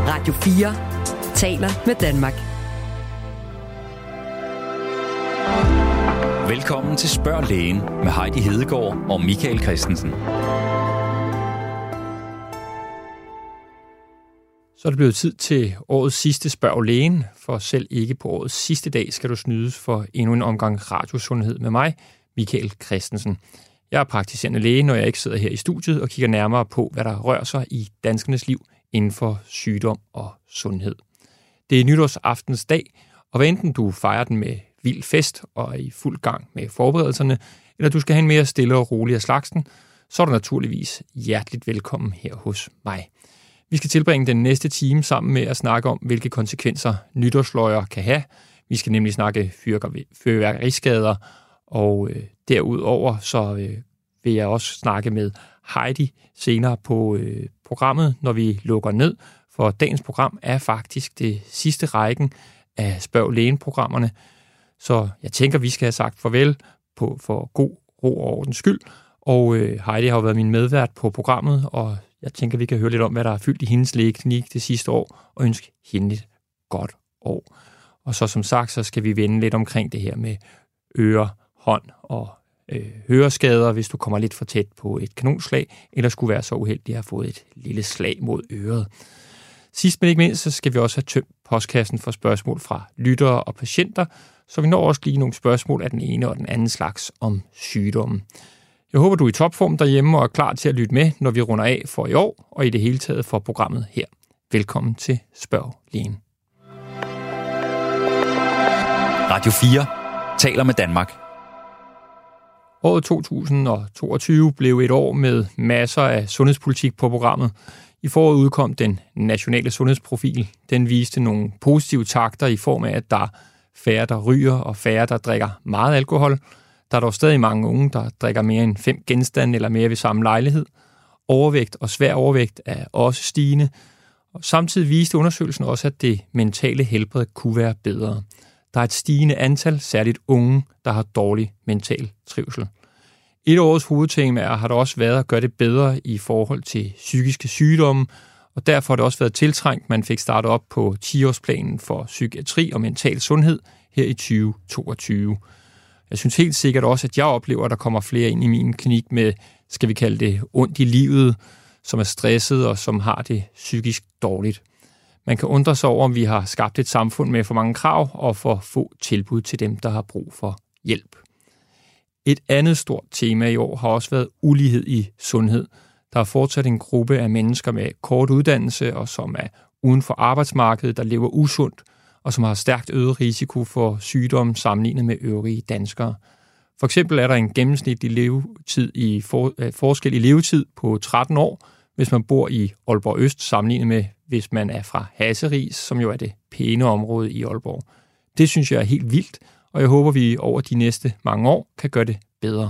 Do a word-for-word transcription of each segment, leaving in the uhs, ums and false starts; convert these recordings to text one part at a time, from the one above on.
Radio fire taler med Danmark. Velkommen til Spørg Lægen med Heidi Hedegaard og Michael Christensen. Så er det blevet tid til årets sidste Spørg Lægen, for selv ikke på årets sidste dag skal du snydes for endnu en omgang radiosundhed med mig, Michael Christensen. Jeg er praktiserende læge, når jeg ikke sidder her i studiet og kigger nærmere på, hvad der rører sig i danskernes liv inden for sygdom og sundhed. Det er nytårsaftens dag, og hvad enten du fejrer den med vild fest og er i fuld gang med forberedelserne, eller du skal have en mere stille og rolig af slagsen, så er du naturligvis hjerteligt velkommen her hos mig. Vi skal tilbringe den næste time sammen med at snakke om, hvilke konsekvenser nytårsløjer kan have. Vi skal nemlig snakke fyrværkeriskader, og øh, derudover så øh, vil jeg også snakke med Heidi senere på øh, programmet, når vi lukker ned. For dagens program er faktisk det sidste rækken af Spørg Lægen-programmerne. Så jeg tænker, vi skal have sagt farvel på, for god ro og ordens skyld. Og øh, Heidi har jo været min medvært på programmet, og jeg tænker, vi kan høre lidt om, hvad der er fyldt i hendes lægeklinik det sidste år, og ønske hende et godt år. Og så som sagt, så skal vi vende lidt omkring det her med øre, hånd og øh, høreskader, hvis du kommer lidt for tæt på et kanonslag, eller skulle være så uheldig at have fået et lille slag mod øret. Sidst men ikke mindst, så skal vi også have tømt postkassen for spørgsmål fra lyttere og patienter, så vi når også lige nogle spørgsmål af den ene og den anden slags om sygdommen. Jeg håber, du er i topform derhjemme og er klar til at lytte med, når vi runder af for i år, og i det hele taget for programmet her. Velkommen til Spørg Lægen. Radio fire taler med Danmark. Året to tusind toogtyve blev et år med masser af sundhedspolitik på programmet. I foråret udkom den nationale sundhedsprofil. Den viste nogle positive takter i form af, at der er færre, der ryger, og færre, der drikker meget alkohol. Der er dog stadig mange unge, der drikker mere end fem genstande eller mere ved samme lejlighed. Overvægt og svær overvægt er også stigende. Og samtidig viste undersøgelsen også, at det mentale helbred kunne være bedre. Der er et stigende antal, særligt unge, der har dårlig mental trivsel. Et af årets hovedtemaer har der også været at gøre det bedre i forhold til psykiske sygdomme, og derfor har det også været tiltrængt, man fik startet op på ti-årsplanen for psykiatri og mental sundhed her i tyve toogtyve. Jeg synes helt sikkert også, at jeg oplever, at der kommer flere ind i min klinik med, skal vi kalde det, ondt i livet, som er stresset og som har det psykisk dårligt. Man kan undre sig over, om vi har skabt et samfund med for mange krav og for få tilbud til dem, der har brug for hjælp. Et andet stort tema i år har også været ulighed i sundhed. Der er fortsat en gruppe af mennesker med kort uddannelse og som er uden for arbejdsmarkedet, der lever usundt og som har stærkt øget risiko for sygdom sammenlignet med øvrige danskere. For eksempel er der en gennemsnitlig levetid i for, øh, forskel i levetid på tretten år, hvis man bor i Aalborg Øst, sammenlignet med hvis man er fra Hasseris, som jo er det pæne område i Aalborg. Det synes jeg er helt vildt, og jeg håber, vi over de næste mange år kan gøre det bedre.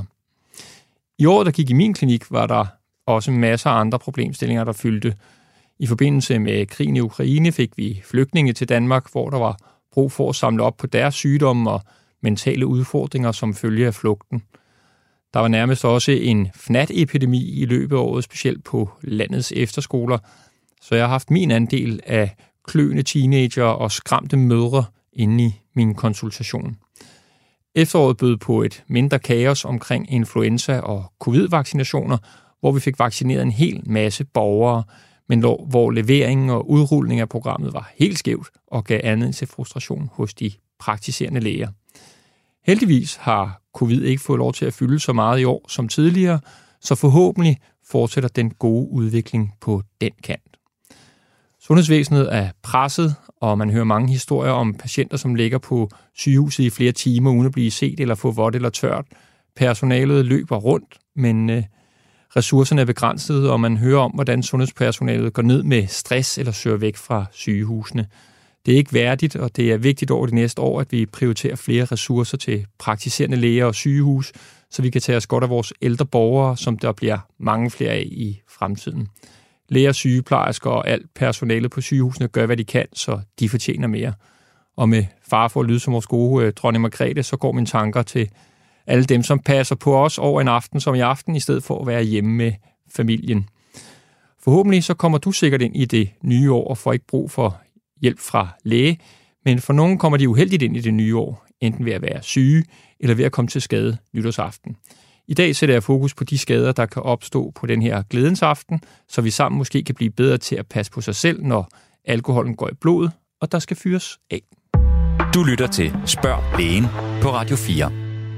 I året, der gik i min klinik, var der også masser af andre problemstillinger, der fyldte. I forbindelse med krigen i Ukraine fik vi flygtninge til Danmark, hvor der var brug for at samle op på deres sygdomme og mentale udfordringer som følge af flugten. Der var nærmest også en F N A T-epidemi i løbet af året, specielt på landets efterskoler, så jeg har haft min andel af kløende teenager og skræmte mødre inde i min konsultation. Efteråret bød på et mindre kaos omkring influenza- og covid-vaccinationer, hvor vi fik vaccineret en hel masse borgere, men hvor leveringen og udrulningen af programmet var helt skævt og gav anledning til frustration hos de praktiserende læger. Heldigvis har covid ikke fået lov til at fylde så meget i år som tidligere, så forhåbentlig fortsætter den gode udvikling på den kant. Sundhedsvæsenet er presset, og man hører mange historier om patienter, som ligger på sygehuset i flere timer uden at blive set eller få vådt eller tørt. Personalet løber rundt, men øh, ressourcerne er begrænsede, og man hører om, hvordan sundhedspersonalet går ned med stress eller søger væk fra sygehusene. Det er ikke værdigt, og det er vigtigt over de næste år, at vi prioriterer flere ressourcer til praktiserende læger og sygehus, så vi kan tage os godt af vores ældre borgere, som der bliver mange flere af i fremtiden. Læger, sygeplejersker og alt personalet på sygehusene gør, hvad de kan, så de fortjener mere. Og med far for at lyde som vores gode øh, dronning Margrethe, så går mine tanker til alle dem, som passer på os over en aften som i aften, i stedet for at være hjemme med familien. Forhåbentlig så kommer du sikkert ind i det nye år og får ikke brug for hjælp fra læge, men for nogen kommer de uheldigt ind i det nye år, enten ved at være syge eller ved at komme til skade nytårsaften. I dag sætter jeg fokus på de skader, der kan opstå på den her glædens aften, så vi sammen måske kan blive bedre til at passe på sig selv, når alkoholen går i blodet, og der skal fyres af. Du lytter til Spørg Lægen på Radio fire.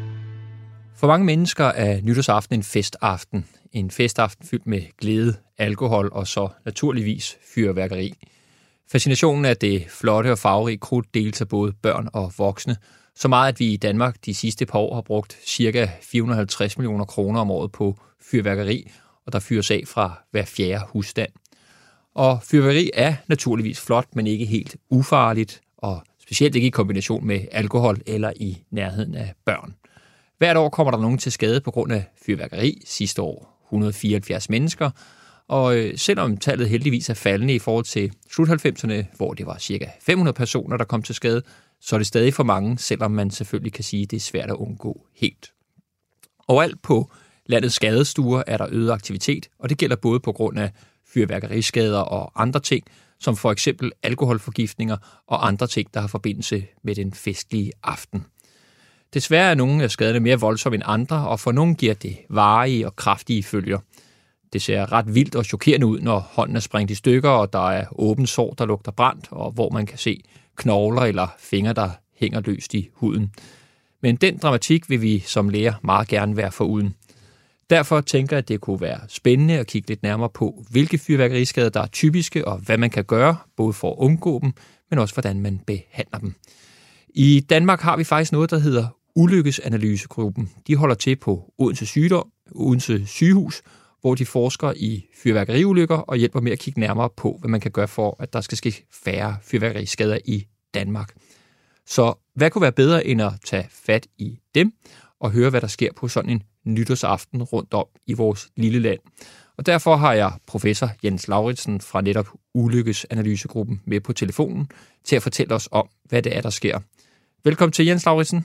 For mange mennesker er nytårsaften en festaften. En festaften fyldt med glæde, alkohol og så naturligvis fyrværkeri. Fascinationen af det flotte og farverige krudt deles af både børn og voksne. Så meget, at vi i Danmark de sidste par år har brugt ca. fire hundrede og halvtreds millioner kroner om året på fyrværkeri, og der fyres af fra hver fjerde husstand. Og fyrværkeri er naturligvis flot, men ikke helt ufarligt, og specielt ikke i kombination med alkohol eller i nærheden af børn. Hvert år kommer der nogen til skade på grund af fyrværkeri. Sidste år et hundrede og fireoghalvfjerds mennesker. Og selvom tallet heldigvis er faldende i forhold til slut halvfemserne, hvor det var ca. fem hundrede personer, der kom til skade, så er det stadig for mange, selvom man selvfølgelig kan sige, at det er svært at undgå helt. Overalt på landets skadestuer er der øget aktivitet, og det gælder både på grund af fyrværkeriskader og andre ting, som for eksempel alkoholforgiftninger og andre ting, der har forbindelse med den festlige aften. Desværre er nogle af skaderne mere voldsomme end andre, og for nogle giver det varige og kraftige følger. Det ser ret vildt og chokerende ud, når hånden er sprængt i stykker, og der er åben sår, der lugter brændt, og hvor man kan se knogler eller fingre, der hænger løst i huden. Men den dramatik vil vi som læger meget gerne være foruden. Derfor tænker jeg, at det kunne være spændende at kigge lidt nærmere på, hvilke fyrværkeriskader, der er typiske, og hvad man kan gøre, både for at undgå dem, men også hvordan man behandler dem. I Danmark har vi faktisk noget, der hedder Ulykkesanalysegruppen. De holder til på Odense Sygdom, Odense Sygehus, hvor de forsker i fyrværkeriulykker og hjælper med at kigge nærmere på, hvad man kan gøre for, at der skal ske færre fyrværkeriskader i Danmark. Så hvad kunne være bedre end at tage fat i dem og høre, hvad der sker på sådan en nytårsaften rundt om i vores lille land. Og derfor har jeg professor Jens Lauritsen fra netop Ulykkesanalysegruppen med på telefonen til at fortælle os om, hvad det er, der sker. Velkommen til, Jens Lauritsen.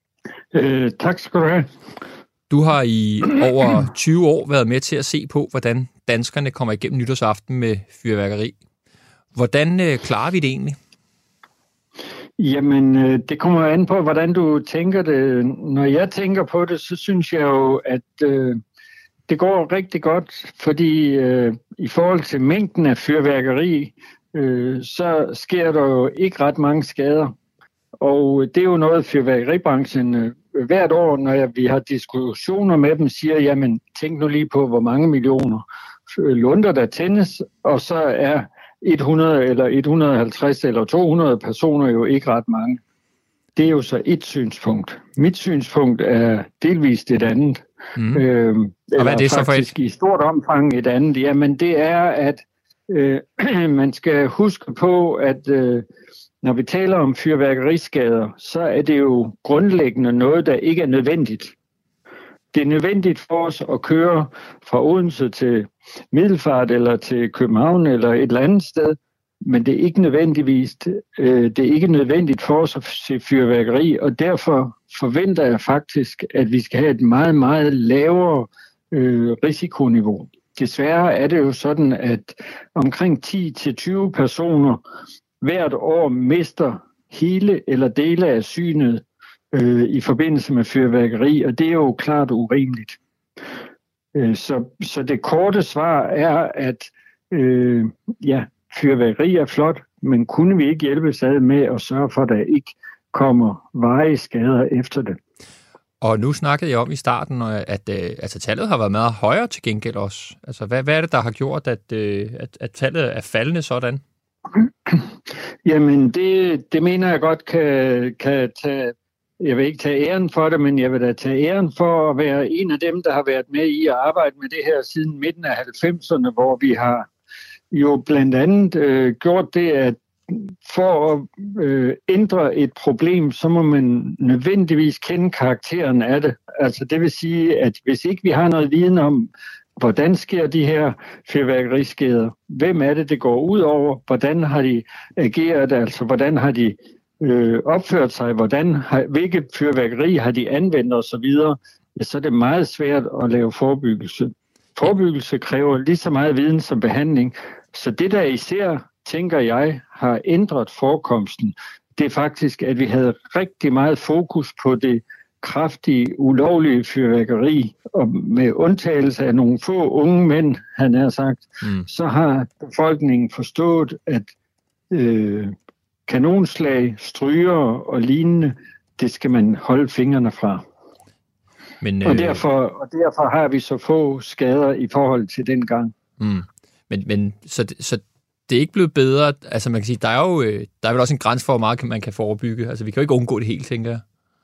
Øh, tak skal du have. Du har i over tyve år været med til at se på, hvordan danskerne kommer igennem nytårsaften med fyrværkeri. Hvordan øh, klarer vi det egentlig? Jamen, øh, det kommer an på, hvordan du tænker det. Når jeg tænker på det, så synes jeg jo, at øh, det går rigtig godt, fordi øh, i forhold til mængden af fyrværkeri, øh, så sker der jo ikke ret mange skader. Og det er jo noget, fyrværkeribranchen øh, hvert år, når jeg, vi har diskussioner med dem, siger, jamen tænk nu lige på, hvor mange millioner lunder der tændes, og så er hundrede eller et hundrede og halvtreds eller to hundrede personer jo ikke ret mange. Det er jo så et synspunkt. Mit synspunkt er delvist et andet. Mm. Øhm, og hvad er det så for et? I stort omfang et andet. Jamen det er, at øh, man skal huske på, at øh, når vi taler om fyrværkeriskader, så er det jo grundlæggende noget, der ikke er nødvendigt. Det er nødvendigt for os at køre fra Odense til Middelfart eller til København eller et eller andet sted, men det er ikke nødvendigvis øh, det er ikke nødvendigt for os at se fyrværkeri, og derfor forventer jeg faktisk, at vi skal have et meget, meget lavere øh, risikoniveau. Desværre er det jo sådan, at omkring ti til tyve personer hvert år mister hele eller dele af synet øh, i forbindelse med fyrværkeri, og det er jo klart urimeligt. Øh, så, så det korte svar er, at øh, ja, fyrværkeri er flot, men kunne vi ikke hjælpe sig med at sørge for, at der ikke kommer varige skader efter det? Og nu snakkede jeg om i starten, at, at altså, tallet har været meget højere til gengæld også. Altså, hvad, hvad er det, der har gjort, at, at, at tallet er faldende sådan? Jamen, det, det mener jeg godt kan, kan tage, jeg vil ikke tage æren for det, men jeg vil da tage æren for at være en af dem, der har været med i at arbejde med det her siden midten af halvfemserne, hvor vi har jo blandt andet øh, gjort det, at for at øh, ændre et problem, så må man nødvendigvis kende karakteren af det. Altså det vil sige, at hvis ikke vi har noget viden om, hvordan sker de her fyrværkeriskader, hvem er det, det går ud over, hvordan har de ageret, altså hvordan har de øh, opført sig, hvordan har, hvilke fyrværkeri har de anvendt osv., ja, så er det meget svært at lave forebyggelse. Forebyggelse kræver lige så meget viden som behandling. Så det, der især, tænker jeg, har ændret forekomsten, det er faktisk, at vi havde rigtig meget fokus på det kraftige, ulovlige fyrværkeri, og med undtagelse af nogle få unge mænd, han har sagt, mm. så har befolkningen forstået, at øh, kanonslag, stryger og lignende, det skal man holde fingrene fra. Men, øh... og, derfor, og derfor har vi så få skader i forhold til den gang. Mm. Men, men så, så det er ikke blevet bedre? Altså man kan sige, der er jo der er vel også en grænse for, hvor meget man kan forebygge. Altså vi kan jo ikke undgå det helt, tænker jeg.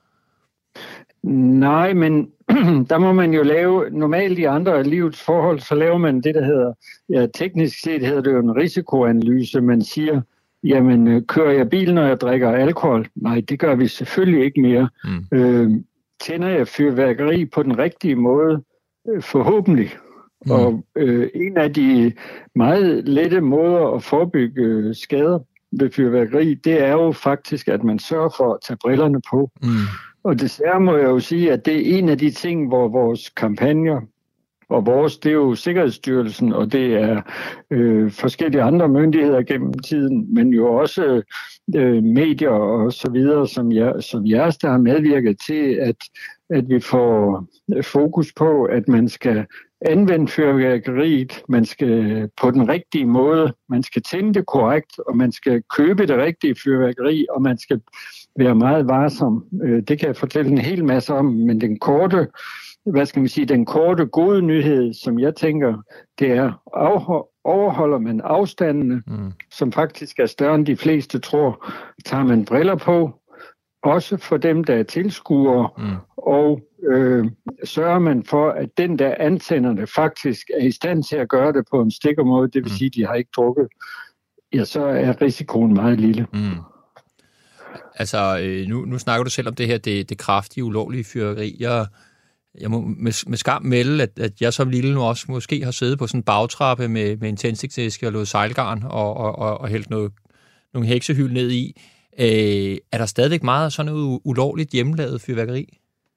Nej, men der må man jo lave, normalt i andre af livets forhold, så laver man det, der hedder, ja, teknisk set hedder det jo en risikoanalyse. Man siger, jamen kører jeg bil, når jeg drikker alkohol? Nej, det gør vi selvfølgelig ikke mere. Mm. Øh, tænder jeg fyrværkeri på den rigtige måde? Øh, forhåbentlig. Mm. Og øh, en af de meget lette måder at forebygge skader ved fyrværkeri, det er jo faktisk, at man sørger for at tage brillerne på. Mm. Og desværre må jeg jo sige, at det er en af de ting, hvor vores kampagner, og vores, det er jo Sikkerhedsstyrelsen, og det er øh, forskellige andre myndigheder gennem tiden, men jo også øh, medier og så videre, som, jer, som jeres, der har medvirket til, at, at vi får fokus på, at man skal anvende fyrværkeriet, man skal på den rigtige måde, man skal tænde det korrekt, og man skal købe det rigtige fyrværkeri, og man skal være meget varsom. Det kan jeg fortælle en hel masse om, men den korte, hvad skal man sige, den korte gode nyhed, som jeg tænker, det er, overholder man afstandene, mm. som faktisk er større end de fleste tror, tager man briller på, også for dem, der er tilskuere, mm. og øh, sørger man for, at den, der antænder det, faktisk er i stand til at gøre det på en stikker måde, det vil mm. sige, at de har ikke drukket, ja, så er risikoen meget lille. Mm. Altså, øh, nu, nu snakker du selv om det her, det, det kraftige, ulovlige fyrværkeri. Jeg, jeg må med, med skam melde, at, at jeg som lille nu også måske har siddet på sådan en bagtrappe med, med en tændstikæske og lået sejlgarn og, og, og, og hældt noget, nogle heksehyld ned i. Øh, er der stadigvæk meget af sådan noget ulovligt hjemmelavet fyrværkeri?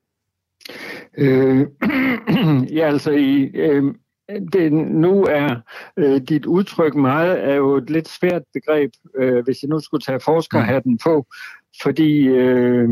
Øh, ja, altså i... Øh... Det, nu er øh, dit udtryk meget er jo et lidt svært begreb, øh, hvis jeg nu skulle tage forskerhatten på, fordi øh,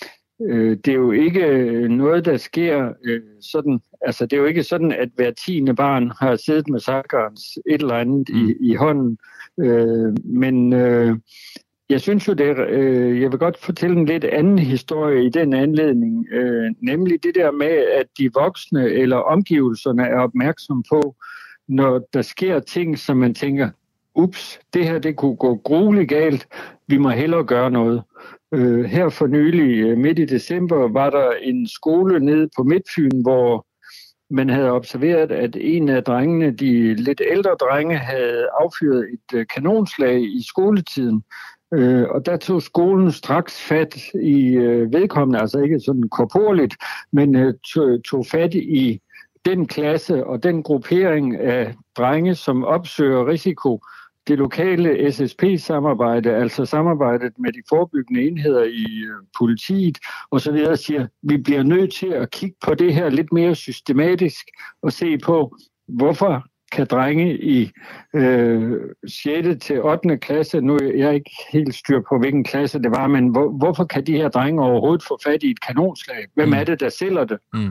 øh, det er jo ikke noget, der sker øh, sådan, altså det er jo ikke sådan, at hver tiende barn har siddet med sejlgarns et eller andet mm. i, i hånden, øh, men øh, jeg synes jo, det, øh, jeg vil godt fortælle en lidt anden historie i den anledning, øh, nemlig det der med, at de voksne eller omgivelserne er opmærksom på, når der sker ting, som man tænker, ups, det her det kunne gå grueligt galt, vi må hellere gøre noget. Øh, her for nylig, midt i december, var der en skole nede på Midtfyn, hvor man havde observeret, at en af drengene, de lidt ældre drenge, havde affyret et kanonslag i skoletiden. Øh, og der tog skolen straks fat i øh, vedkommende, altså ikke sådan korporligt, men øh, tog, tog fat i den klasse og den gruppering af drenge, som opsøger risiko. Det lokale S S P-samarbejde, altså samarbejdet med de forebyggende enheder i øh, politiet osv., siger, vi bliver nødt til at kigge på det her lidt mere systematisk og se på, hvorfor kan drenge i øh, sjette til ottende klasse, nu er jeg ikke helt styr på, hvilken klasse det var, men hvor, hvorfor kan de her drenge overhovedet få fat i et kanonslag? Hvem mm. er det, der sælger det? Mm.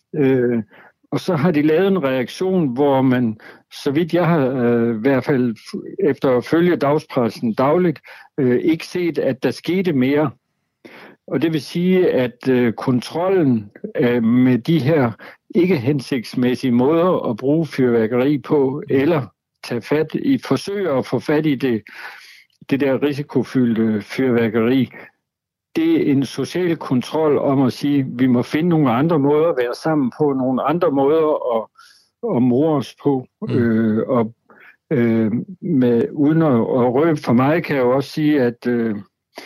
Øh, og så har de lavet en reaktion, hvor man, så vidt jeg har øh, i hvert fald efter at følge dagspressen dagligt, øh, ikke set, at der skete mere. Og det vil sige, at øh, kontrollen øh, med de her ikke hensigtsmæssige måder at bruge fyrværkeri på, eller tage fat i, forsøge at få fat i det, det der risikofyldte fyrværkeri, det er en social kontrol om at sige, at vi må finde nogle andre måder at være sammen på, nogle andre måder at, at more os på. Mm. Øh, og øh, med, uden at, at røbe for mig, kan jeg jo også sige, at øh,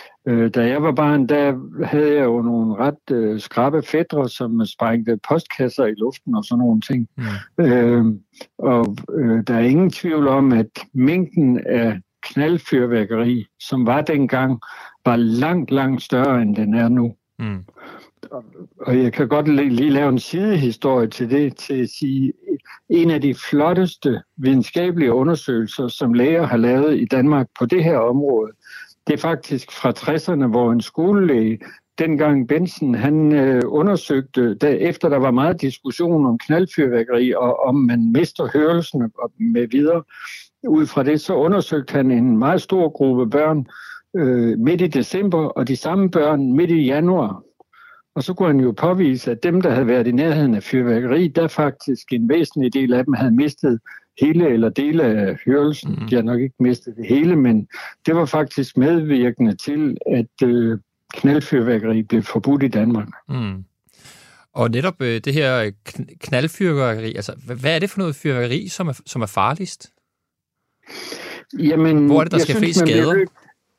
da jeg var barn, der havde jeg jo nogle ret øh, skrappe fætre, som sprængte postkasser i luften og sådan nogle ting. Mm. Øh, og øh, der er ingen tvivl om, at mængden af knaldfyrværkeri, som var dengang, var langt, langt større, end den er nu. Mm. og jeg kan godt lige lave en sidehistorie til det, til at sige, en af de flotteste videnskabelige undersøgelser, som læger har lavet i Danmark på det her område, det er faktisk fra tresserne, hvor en skolelæge, dengang Benson, han øh, undersøgte, da, efter der var meget diskussion om knaldfyrværkeri, og om man mister hørelsen og med videre. Ud fra det, så undersøgte han en meget stor gruppe børn øh, midt i december, og de samme børn midt i januar. Og så kunne han jo påvise, at dem, der havde været i nærheden af fyrværkeri, der faktisk en væsentlig del af dem havde mistet hele eller dele af hørelsen. Mm. De har nok ikke mistet det hele, men det var faktisk medvirkende til, at øh, knaldfyrværkeri blev forbudt i Danmark. Mm. Og netop øh, det her knaldfyrværkeri, altså hvad er det for noget fyrværkeri, som er, som er farligst? Jamen, hvor er det, der sker synes, flest skader? Bliver...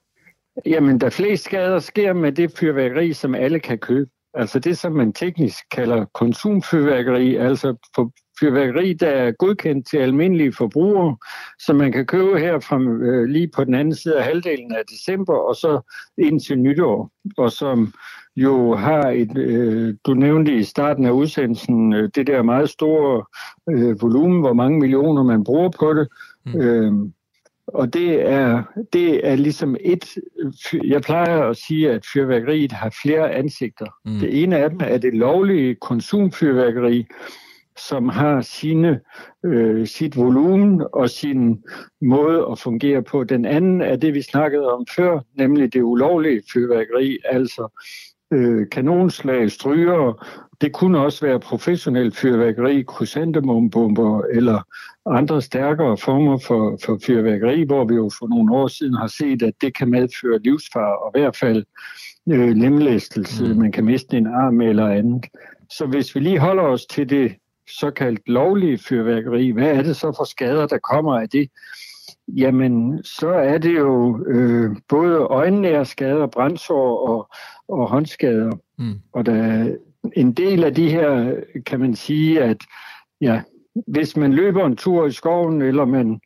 Jamen, der flest skader sker med det fyrværkeri, som alle kan købe. Altså det, som man teknisk kalder konsumfyrværkeri, altså for fyrværkeri, der er godkendt til almindelige forbrugere, som man kan købe her fra øh, lige på den anden side af halvdelen af december, og så ind til nytår, og som jo har et, øh, du nævnte i starten af udsendelsen, øh, det der meget store øh, volumen, hvor mange millioner man bruger på det. Mm. Øh, Og det er, det er ligesom et, jeg plejer at sige, at fyrværkeriet har flere ansigter. Mm. Det ene af dem er det lovlige konsumfyrværkeri, som har sine, øh, sit volumen og sin måde at fungere på. Den anden er det, vi snakkede om før, nemlig det ulovlige fyrværkeri, altså øh, kanonslag, stryger. Det kunne også være professionelt fyrværkeri, krysantemumbomber eller andre stærkere former for, for fyrværkeri, hvor vi jo for nogle år siden har set, at det kan medføre livsfare og i hvert fald øh, lemlæstelse. Mm. Man kan miste en arm eller andet. Så hvis vi lige holder os til det såkaldt lovlige fyrværkeri, hvad er det så for skader, der kommer af det? Jamen, så er det jo øh, både øjennære skader, brændsår og, og håndskader. Mm. Og der en del af de her, kan man sige, at ja, hvis man løber en tur i skoven, eller man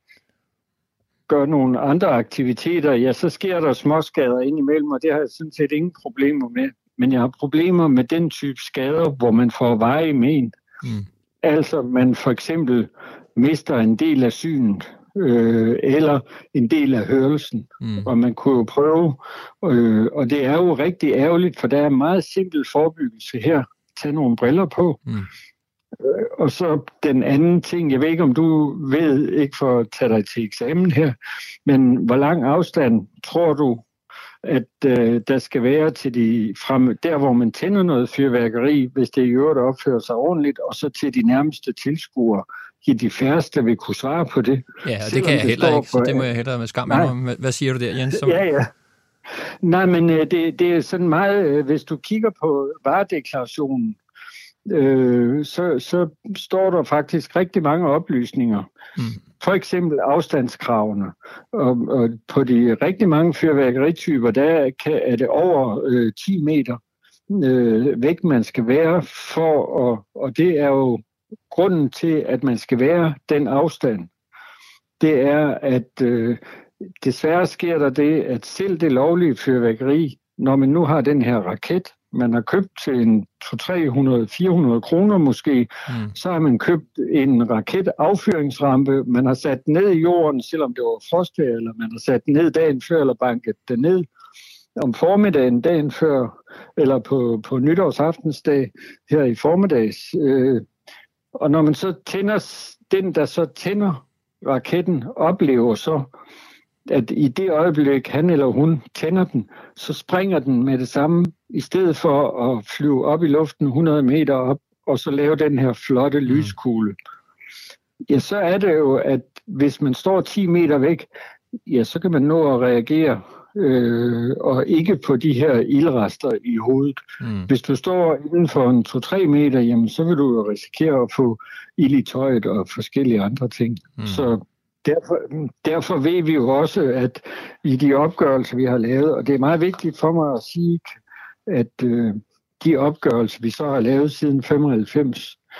gør nogle andre aktiviteter, ja, så sker der småskader indimellem, og det har jeg sådan set ingen problemer med. Men jeg har problemer med den type skader, hvor man får varige men. Mm. Altså, man for eksempel mister en del af synet, øh, eller en del af hørelsen. Mm. Og man kunne jo prøve, øh, og det er jo rigtig ærgerligt, for der er meget simpel forebyggelse her. Tag nogle briller på. Mm. Øh, og så den anden ting, jeg ved ikke, om du ved, ikke for at tage dig til eksamen her, men hvor lang afstand tror du, at øh, der skal være til de frem, der, hvor man tænder noget fyrværkeri, hvis det i øvrigt opfører sig ordentligt, og så til de nærmeste tilskuere. Ja, de færreste vil kunne svare på det. Ja, og det kan jeg heller ikke, så det må jeg hellere med skam med. Hvad siger du der, Jens? Som... Ja, ja. Nej, men det, det er sådan meget, hvis du kigger på varedeklarationen, øh, så, så står der faktisk rigtig mange oplysninger. Mm. For eksempel afstandskravene. Og, og på de rigtig mange fyrværkerityper, der kan, er det over øh, ti meter øh, væk, man skal være for, og, og det er jo grunden til, at man skal være den afstand. Det er, at øh, desværre sker der det, at selv det lovlige fyrværkeri, når man nu har den her raket, man har købt til en to hundrede, tre hundrede, fire hundrede kroner måske, mm. så har man købt en raketaffyringsrampe, man har sat ned i jorden, selvom det var frostvejr, eller man har sat ned dagen før, eller banket den ned om formiddagen dagen før, eller på, på nytårsaftensdag her i formiddags. Øh, og når man så tænder, den der så tænder raketten, oplever så, at i det øjeblik, han eller hun tænder den, så springer den med det samme, i stedet for at flyve op i luften hundrede meter op, og så lave den her flotte lyskugle. Ja, så er det jo, at hvis man står ti meter væk, ja, så kan man nå at reagere, øh, og ikke på de her ildrester i hovedet. Mm. Hvis du står inden for en to til tre meter, jamen, så vil du jo risikere at få ild i tøjet og forskellige andre ting. Mm. Så Derfor, derfor ved vi jo også, at i de opgørelser, vi har lavet, og det er meget vigtigt for mig at sige, at øh, de opgørelser, vi så har lavet siden femoghalvfems,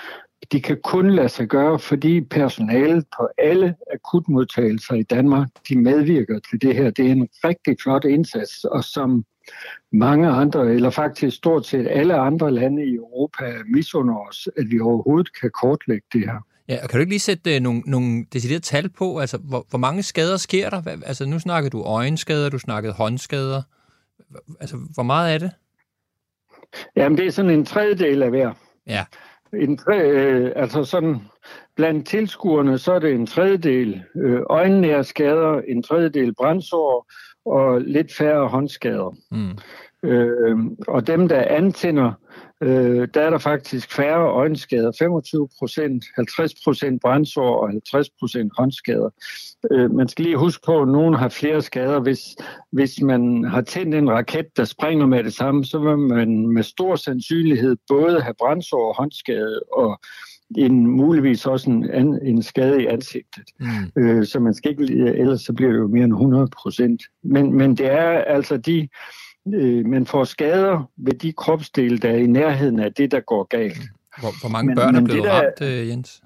de kan kun lade sig gøre, fordi personalet på alle akutmodtagelser i Danmark, de medvirker til det her. Det er en rigtig flot indsats, og som mange andre, eller faktisk stort set alle andre lande i Europa misunder os, at vi overhovedet kan kortlægge det her. Ja, og kan du ikke lige sætte øh, nogle, nogle deciderede tal på? Altså, hvor, hvor mange skader sker der? Altså, nu snakker du øjenskader, du snakkede håndskader. Altså, hvor meget er det? Jamen, det er sådan en tredjedel af hver. Ja. En tre, øh, altså sådan, blandt tilskuerne, så er det en tredjedel øh, øjennære skader, en tredjedel brændsår og lidt færre håndskader. Mm. Øh, og dem, der antænder, øh, der er der faktisk færre øjenskader, femogtyve procent, halvtreds procent brændsår og halvtreds procent håndskader. Øh, man skal lige huske på, at nogen har flere skader. Hvis, hvis man har tændt en raket, der springer med det samme, så vil man med stor sandsynlighed både have brændsår og håndskade og en muligvis også en, en skade i ansigtet. Mm. Øh, så man skal ikke, ellers så bliver det jo mere end hundrede procent. Men, men det er altså de, øh, man får skader ved de kropsdele, der er i nærheden af det, der går galt. Hvor, hvor mange men, børn er blevet der, ramt, Jens?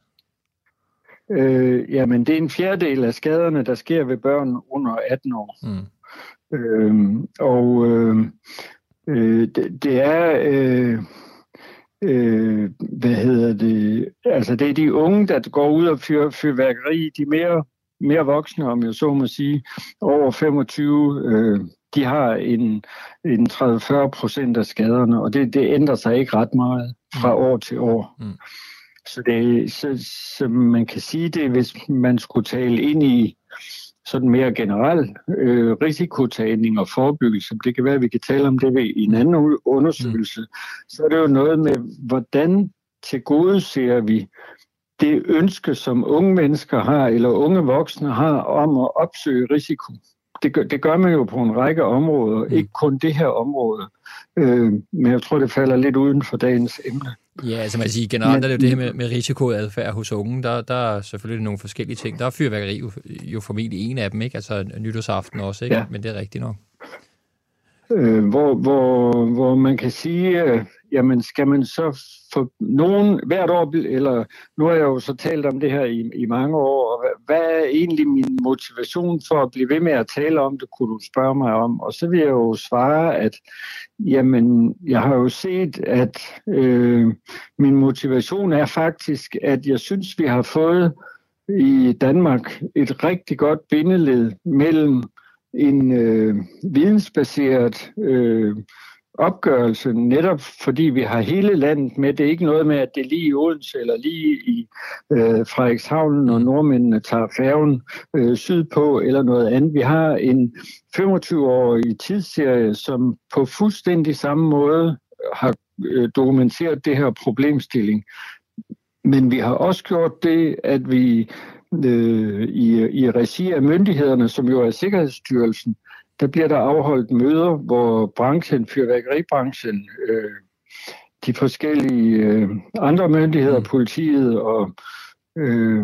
Øh, jamen, det er en fjerdedel af skaderne, der sker ved børn under atten år. Mm. Øh, og øh, øh, det, det er... Øh, Øh, hvad hedder det? Altså det er de unge, der går ud og fyrer fyrværkeri, de mere, mere voksne, om jeg så må sige, over femogtyve, øh, de har en, en tredive til fyrre procent af skaderne, og det, det ændrer sig ikke ret meget fra mm. år til år. Mm. Så, det, så, så man kan sige det, hvis man skulle tale ind i sådan mere generel øh, risikotagning og forebyggelse, det kan være, at vi kan tale om det ved en anden undersøgelse, mm. så er det jo noget med, hvordan tilgodeser vi det ønske, som unge mennesker har, eller unge voksne har, om at opsøge risiko. Det gør, det gør man jo på en række områder, mm. ikke kun det her område, øh, men jeg tror, det falder lidt uden for dagens emne. Ja, altså man kan sige, generelt men, er det jo det her med, med risikoadfærd hos unge, der, der er selvfølgelig nogle forskellige ting. Der er fyrværkeri jo, jo formentlig en af dem, ikke? Altså nytårsaften også, ikke? Ja. Men det er rigtigt nok. Øh, hvor, hvor, hvor man kan sige, øh, jamen skal man så få nogen hvert år, eller nu har jeg jo så talt om det her i, i mange år, og hvad, hvad er egentlig min motivation for at blive ved med at tale om det, kunne du spørge mig om. Og så vil jeg jo svare, at jamen, jeg har jo set, at øh, min motivation er faktisk, at jeg synes, vi har fået i Danmark et rigtig godt bindeled mellem en øh, vidensbaseret øh, opgørelse, netop fordi vi har hele landet med. Det er ikke noget med, at det er lige i Odense eller lige i øh, Frederikshavn, når nordmændene tager færgen øh, sydpå eller noget andet. Vi har en femogtyve-årig tidsserie, som på fuldstændig samme måde har øh, dokumenteret det her problemstilling. Men vi har også gjort det, at vi øh, i, i regi af myndighederne, som jo er Sikkerhedsstyrelsen, der bliver der afholdt møder, hvor branchen, fyrværkeribranchen, øh, de forskellige øh, andre myndigheder, politiet og øh,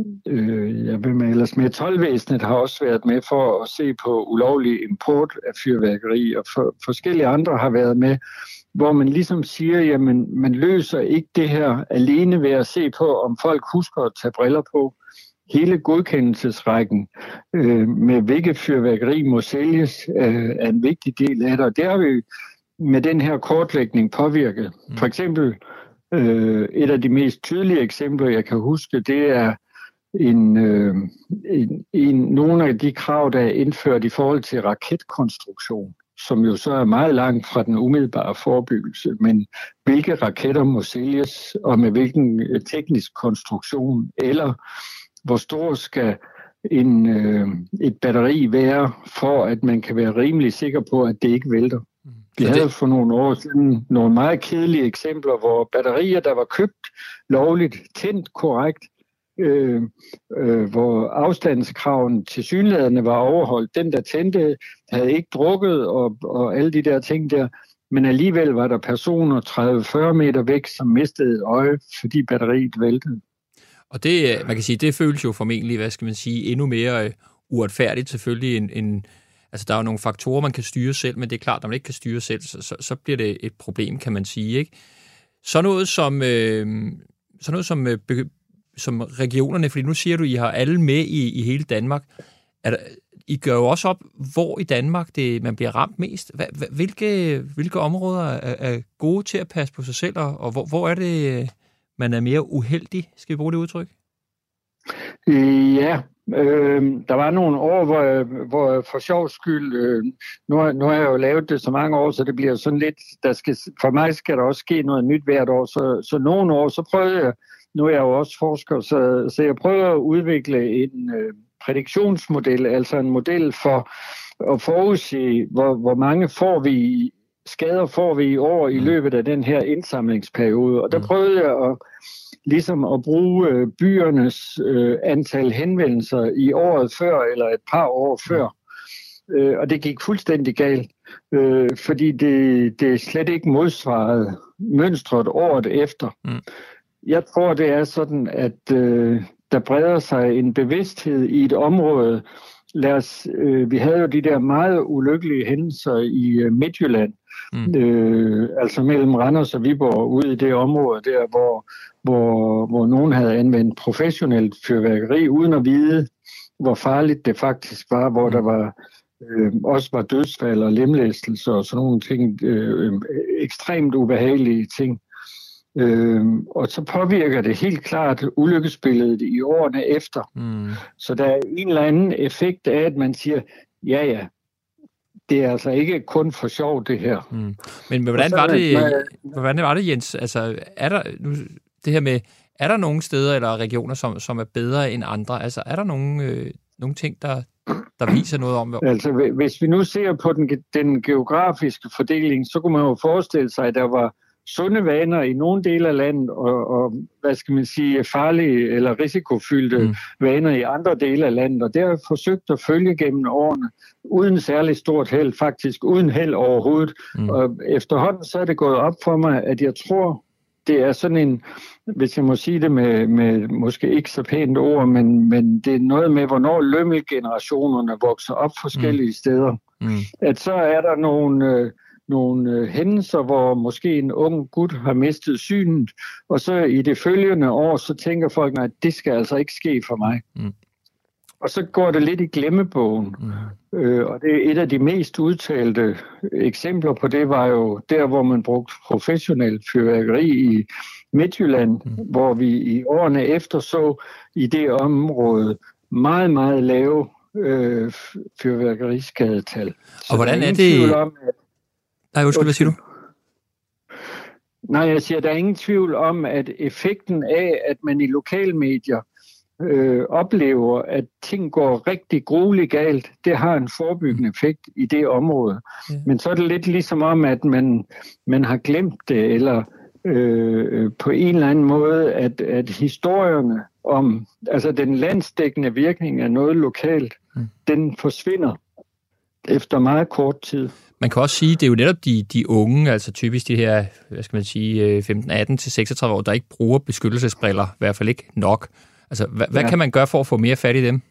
øh, jeg vil med ellers med toldvæsenet har også været med for at se på ulovlig import af fyrværkeri, og for, forskellige andre har været med, hvor man ligesom siger, jamen man løser ikke det her alene ved at se på, om folk husker at tage briller på. Hele godkendelsesrækken øh, med hvilket fyrværkeri må sælges øh, er en vigtig del af det, og det har vi med den her kortlægning påvirket. Mm. For eksempel øh, et af de mest tydelige eksempler, jeg kan huske, det er en, øh, en, en, nogle af de krav, der er indført i forhold til raketkonstruktion, som jo så er meget langt fra den umiddelbare forebyggelse, men hvilke raketter må sælges, og med hvilken teknisk konstruktion, eller hvor stor skal en, øh, et batteri være, for at man kan være rimelig sikker på, at det ikke vælter. Vi havde for nogle år siden nogle meget kedelige eksempler, hvor batterier, der var købt lovligt, tændt korrekt, øh, øh, hvor afstandskraven til synlæderne var overholdt. Den, der tændte, havde ikke drukket og, og alle de der ting der, men alligevel var der personer tredive til fyrre meter væk, som mistede et øje, fordi batteriet væltede. Og det, man kan sige, det føles jo formentlig, hvad skal man sige, endnu mere uretfærdigt selvfølgelig end, end altså der er jo nogle faktorer, man kan styre selv, men det er klart, når man ikke kan styre selv, så, så, så bliver det et problem, kan man sige, ikke? Så noget som, øh, sådan noget som, som regionerne, fordi nu siger du, I har alle med i, i hele Danmark. Er der, I gør jo også op, hvor i Danmark det, man bliver ramt mest. Hvilke, hvilke områder er, er gode til at passe på sig selv, og hvor, hvor er det, man er mere uheldig? Skal vi bruge det udtryk? Ja, øh, der var nogle år, hvor, hvor for sjov skyld, øh, nu, nu har jeg jo lavet det så mange år, så det bliver sådan lidt, der skal, for mig skal der også ske noget nyt hvert år, så, så nogle år, så prøvede jeg, nu er jeg jo også forsker, så, så jeg prøver at udvikle en øh, prædiktionsmodel, altså en model for at forudse, hvor, hvor mange får vi, skader får vi i år i løbet af den her indsamlingsperiode, og der prøvede jeg at ligesom at bruge øh, byernes øh, antal henvendelser i året før, eller et par år før. Øh, og det gik fuldstændig galt, øh, fordi det, det slet ikke modsvarede mønstret året efter. Mm. Jeg tror, det er sådan, at øh, der breder sig en bevidsthed i et område. Lad os, øh, vi havde jo de der meget ulykkelige hændelser i øh, Midtjylland, mm. øh, altså mellem Randers og Viborg, ude i det område der, hvor, hvor, hvor nogen havde anvendt professionelt fyrværkeri, uden at vide, hvor farligt det faktisk var, hvor mm. der var øh, også var dødsfald og lemlæstelser og sådan nogle ting, øh, ekstremt ubehagelige ting. Øh, og så påvirker det helt klart ulykkesbilledet i årene efter. Mm. Så der er en eller anden effekt af, at man siger, ja ja, det er altså ikke kun for sjov det her. Mm. Men hvordan var det, man, hvordan var det, Jens? Altså, er der nu det her med, er der nogle steder eller regioner, som, som er bedre end andre? Altså, er der nogle, øh, nogle ting, der, der viser noget om? Hvor... Altså, hvis vi nu ser på den, den geografiske fordeling, så kunne man jo forestille sig, at der var sunde vaner i nogle dele af landet, og, og hvad skal man sige, farlige eller risikofyldte mm. vaner i andre dele af landet. Og det har jeg forsøgt at følge gennem årene, uden særlig stort held, faktisk uden held overhovedet. Mm. Og efterhånden så er det gået op for mig, at jeg tror, det er sådan en, hvis jeg må sige det med, med måske ikke så pænt ord, men, men det er noget med, hvornår lømmelgenerationerne vokser op forskellige mm. steder. Mm. At så er der nogle... Øh, nogle øh, hændelser, hvor måske en ung gut har mistet synet, og så i det følgende år, så tænker folk, at det skal altså ikke ske for mig. Mm. Og så går det lidt i glemmebogen. Mm. Øh, og det er et af de mest udtalte eksempler på det, var jo der, hvor man brugte professionelt fyrværkeri i Midtjylland, mm. hvor vi i årene efter så i det område meget, meget lave øh, fyrværkeriskadetal. Og hvordan er, er det... Om, at Nej, undskyld, hvad siger du? Nej, jeg siger, der er ingen tvivl om, at effekten af, at man i lokalmedier øh, oplever, at ting går rigtig grueligt galt, det har en forebyggende effekt i det område. Ja. Men så er det lidt ligesom om, at man, man har glemt det, eller øh, på en eller anden måde, at, at historierne om, altså den landsdækkende virkning af noget lokalt, mm. den forsvinder efter meget kort tid. Man kan også sige, at det er jo netop de, de unge, altså typisk de her, hvad skal man sige, femten atten til seksogtredive år, der ikke bruger beskyttelsesbriller, i hvert fald ikke nok. Altså, hvad, ja. hvad kan man gøre for at få mere fat i dem?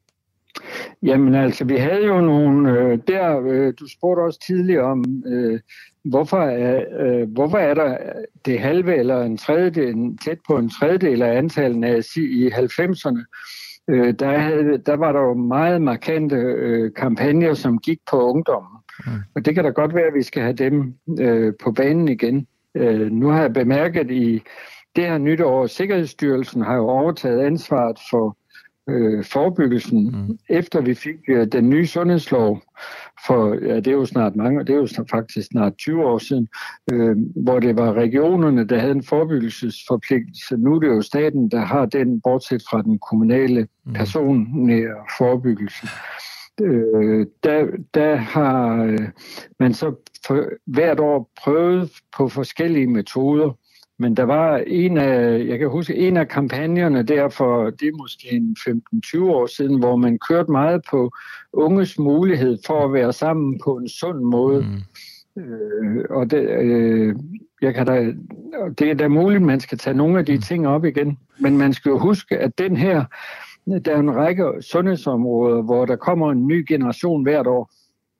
Jamen altså, vi havde jo nogle, øh, der, øh, du spurgte også tidligere om, øh, hvorfor, er, øh, hvorfor er der det halve eller en tredjedel, tæt på en tredjedel af antallet af i halvfemserne, øh, der, havde, der var der jo meget markante øh, kampagner, som gik på ungdommen. Mm. Og det kan da godt være, at vi skal have dem øh, på banen igen. Øh, nu har jeg bemærket i det her nytår, at Sikkerhedsstyrelsen har jo overtaget ansvaret for øh, forebyggelsen, mm. efter vi fik øh, den nye sundhedslov for, ja, det er jo snart mange, det er jo faktisk snart tyve år siden, øh, hvor det var regionerne, der havde en forebyggelsesforpligtelse. Nu er det jo staten, der har den, bortset fra den kommunale mm. personnære forebyggelse. Øh, der, der har øh, man så for, hvert år prøvet på forskellige metoder, men der var en af, jeg kan huske, en af kampagnerne der for, det er måske en femten tyve år siden, hvor man kørte meget på unges mulighed for at være sammen på en sund måde. Mm. Øh, og det, øh, jeg kan da, det er da muligt, at man skal tage nogle af de ting op igen, men man skal jo huske, at den her, der er en række sundhedsområder, hvor der kommer en ny generation hvert år.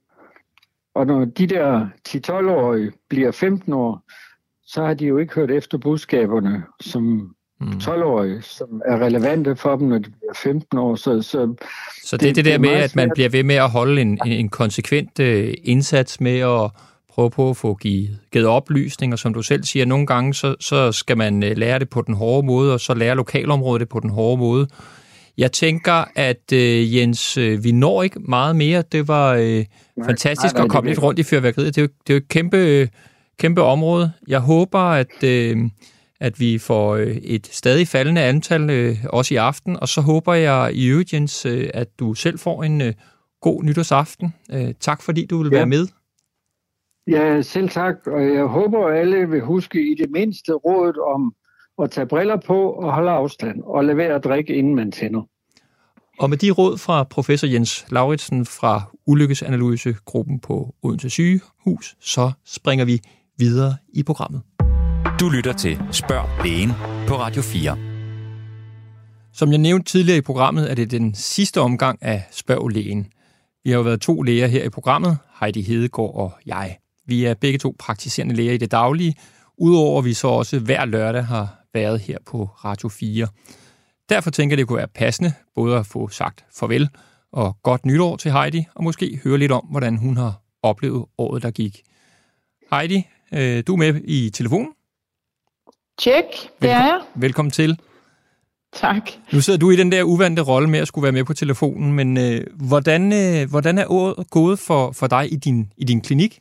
Og når de der ti til tolv-årige bliver femten år, så har de jo ikke hørt efter budskaberne, som mm. tolv-årige, som er relevante for dem, når de bliver femten år. Så, så, så det er det, det der med, at man bliver ved med at holde en, en konsekvent uh, indsats med at prøve på at få givet, givet oplysning, og som du selv siger, nogle gange så, så skal man uh, lære det på den hårde måde, og så lære lokalområdet det på den hårde måde. Jeg tænker, at uh, Jens, uh, vi når ikke meget mere. Det var uh, nej, fantastisk nej, nej, at komme lidt rundt i fyrværkeriet. Det er jo, det er jo et kæmpe, uh, kæmpe område. Jeg håber, at, uh, at vi får uh, et stadig faldende antal uh, også i aften, og så håber jeg i øvrigt, Jens, uh, at du selv får en uh, god nytårsaften. Uh, tak fordi du vil ja. være med. Ja, selv tak, og jeg håber, at alle vil huske i det mindste rådet om at tage briller på og holde afstand, og lade være at drikke, inden man tænder. Og med de råd fra professor Jens Lauritsen fra Ulykkesanalysegruppen på Odense Sygehus, så springer vi videre i programmet. Du lytter til Spørg Lægen på Radio fire. Som jeg nævnte tidligere i programmet, er det den sidste omgang af Spørg Lægen. Vi har jo været to læger her i programmet, Heidi Hedegaard og jeg. Vi er begge to praktiserende læger i det daglige, udover at vi så også hver lørdag har været her på Radio fire. Derfor tænker jeg, det kunne være passende både at få sagt farvel og godt nytår til Heidi, og måske høre lidt om, hvordan hun har oplevet året, der gik. Heidi, du er med i telefonen. Tjek, det er jeg. Velkommen til. Tak. Nu sidder du i den der uvante rolle med at skulle være med på telefonen, men øh, hvordan, øh, hvordan er året gået for, for dig i din, i din klinik?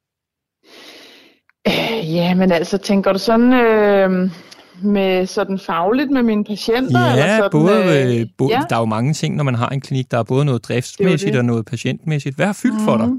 Øh, ja, men altså, tænker du sådan øh, med sådan fagligt med mine patienter? Ja, eller sådan, både, øh, både, ja. Der er jo mange ting, når man har en klinik. Der er både noget driftsmæssigt det det. og noget patientmæssigt. Hvad har fyldt mm-hmm. for dig?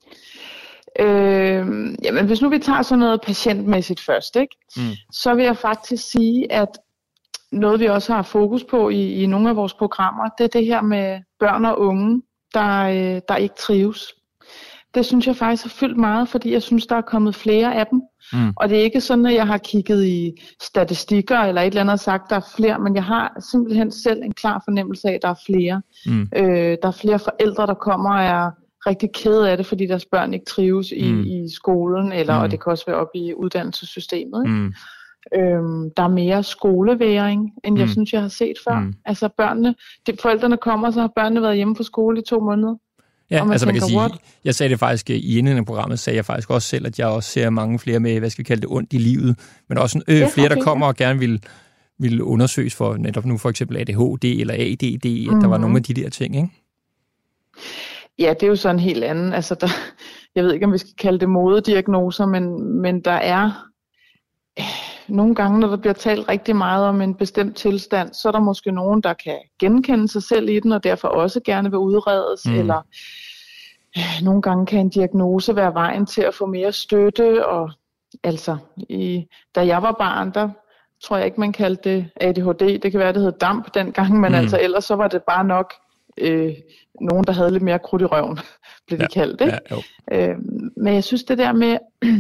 Øh, jamen, hvis nu vi tager sådan noget patientmæssigt først, ikke? Mm. så vil jeg faktisk sige, at noget vi også har fokus på i, i nogle af vores programmer, det er det her med børn og unge, der, øh, der ikke trives. Det synes jeg faktisk har fyldt meget, fordi jeg synes, der er kommet flere af dem. Mm. Og det er ikke sådan, at jeg har kigget i statistikker eller et eller andet og sagt, at der er flere, men jeg har simpelthen selv en klar fornemmelse af, at der er flere. Mm. Øh, der er flere forældre, der kommer og er rigtig kede af det, fordi deres børn ikke trives i, mm. i skolen, eller, mm. og det kan også være op i uddannelsessystemet. Ikke? Mm. Øhm, der er mere skoleværing, end jeg mm. synes, jeg har set før. Mm. Altså børnene, de, forældrene kommer, så har børnene været hjemme på skole i to måneder. Ja, man altså man tænker, kan sige, jeg sagde det faktisk i indledningen af programmet, sagde jeg faktisk også selv, at jeg også ser mange flere med, hvad skal vi kalde det, ondt i livet, men også øh, ja, flere, okay, der kommer ja. og gerne vil, vil undersøges for netop nu for eksempel A D H D eller A D D, at mm-hmm. der var nogle af de der ting, ikke? Ja, det er jo sådan en helt anden, altså der, jeg ved ikke, om vi skal kalde det modediagnoser, men, men der er øh, nogle gange, når der bliver talt rigtig meget om en bestemt tilstand, så er der måske nogen, der kan genkende sig selv i den, og derfor også gerne vil udredes, mm. eller øh, nogle gange kan en diagnose være vejen til at få mere støtte, og altså, i, da jeg var barn, der tror jeg ikke, man kaldte det A D H D, det kan være, det hed damp dengang, men mm. altså ellers så var det bare nok øh, nogen, der havde lidt mere krudt i røven, blev de ja. kaldt, ikke? Ja, øh, men jeg synes det der med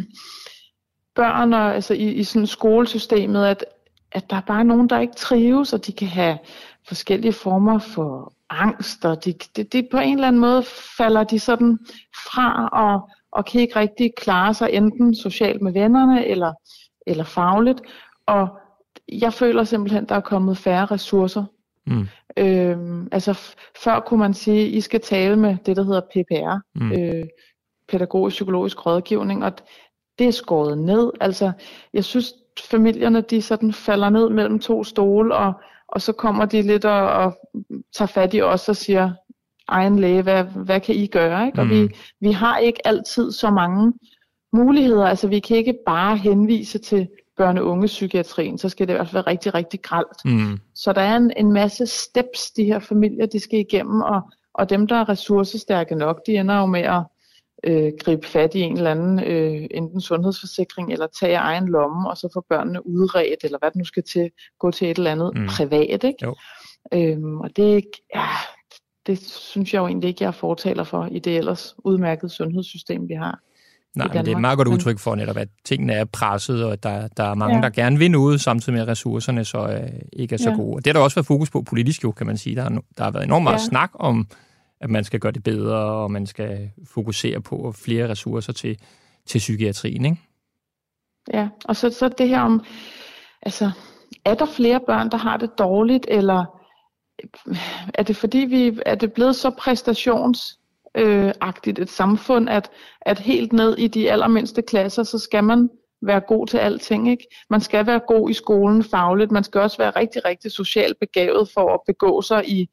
børn og, altså i, i sådan skolesystemet, at, at der er bare nogen, der ikke trives, og de kan have forskellige former for angst, og de, de, de på en eller anden måde falder de sådan fra, og, og kan ikke rigtig klare sig enten socialt med vennerne, eller, eller fagligt, og jeg føler simpelthen, der er kommet færre ressourcer. Mm. Øhm, altså f- før kunne man sige, I skal tale med det, der hedder P P R, mm. øh, pædagogisk psykologisk rådgivning, og det er skåret ned. Altså, jeg synes, familierne, de sådan falder ned mellem to stole, og, og så kommer de lidt og, og tager fat i os og siger, egen læge, hvad, hvad kan I gøre? Ikke? Og mm. vi, vi har ikke altid så mange muligheder. Altså, vi kan ikke bare henvise til børne- og ungepsykiatrien, så skal det i hvert fald være rigtig, rigtig grelt. Mm. Så der er en, en masse steps, de her familier, de skal igennem, og, og dem, der er ressourcestærke nok, de ender jo med at øh, gribe fat i en eller anden, øh, enten sundhedsforsikring, eller tage egen lomme, og så få børnene udredt, eller hvad det nu skal til, gå til et eller andet mm. privat, ikke? Jo. Øhm, og det, ja, det synes jeg jo egentlig ikke, jeg er fortaler for i det ellers udmærkede sundhedssystem, vi har. Nej, men det er et meget godt udtryk for netop, at tingene er presset, og at der, der er mange, ja. der gerne vil noget, samtidig med at ressourcerne så øh, ikke er så ja. gode. Og det har der også været fokus på politisk, jo, kan man sige. Der har, der har været enormt meget ja. snak om, at man skal gøre det bedre, og man skal fokusere på flere ressourcer til, til psykiatrien, ikke? Ja, og så, så det her om, altså, er der flere børn, der har det dårligt, eller er det fordi vi er det blevet så præstationsagtigt et samfund, at, at helt ned i de allermindste klasser, så skal man være god til alting, ikke? Man skal være god i skolen fagligt, man skal også være rigtig, rigtig socialt begavet for at begå sig i,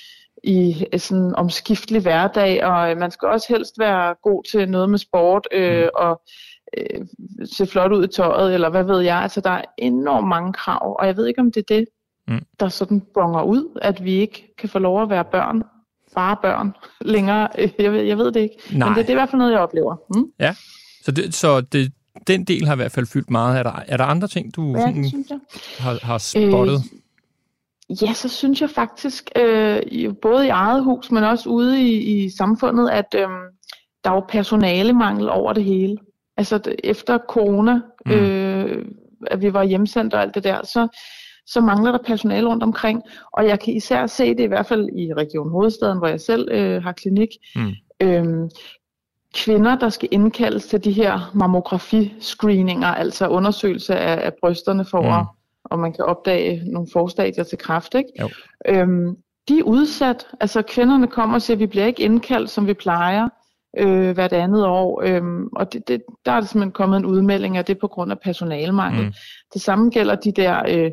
i sådan omskiftelig hverdag, og man skal også helst være god til noget med sport, øh, mm. og øh, se flot ud i tøjet, eller hvad ved jeg. Altså, der er enormt mange krav, og jeg ved ikke, om det er det, mm. der sådan bonger ud, at vi ikke kan få lov at være børn, bare børn, længere. Jeg ved, jeg ved det ikke. Nej. Men det, det er i hvert fald noget, jeg oplever. Mm? Ja, så, det, så det, den del har i hvert fald fyldt meget. Er der, er der andre ting, du ja, sådan, har, har spottet? Øh, ja, så synes jeg faktisk, øh, både i eget hus, men også ude i, i samfundet, at øh, der var personalemangel over det hele. Altså efter corona, mm. øh, at vi var hjemsendt og alt det der, så, så mangler der personale rundt omkring. Og jeg kan især se det i hvert fald i Region Hovedstaden, hvor jeg selv øh, har klinik. Mm. Øh, kvinder, der skal indkaldes til de her mammografi-screeninger, altså undersøgelse af, af brysterne for mm. at, og man kan opdage nogle forstadier til kræft, ikke? Øhm, de er udsat. Altså kvinderne kommer og siger, at vi bliver ikke indkaldt, som vi plejer øh, hvert andet år. Øhm, og det, det, der er det simpelthen kommet en udmelding af det på grund af personalemangel. Mm. Det samme gælder de der øh,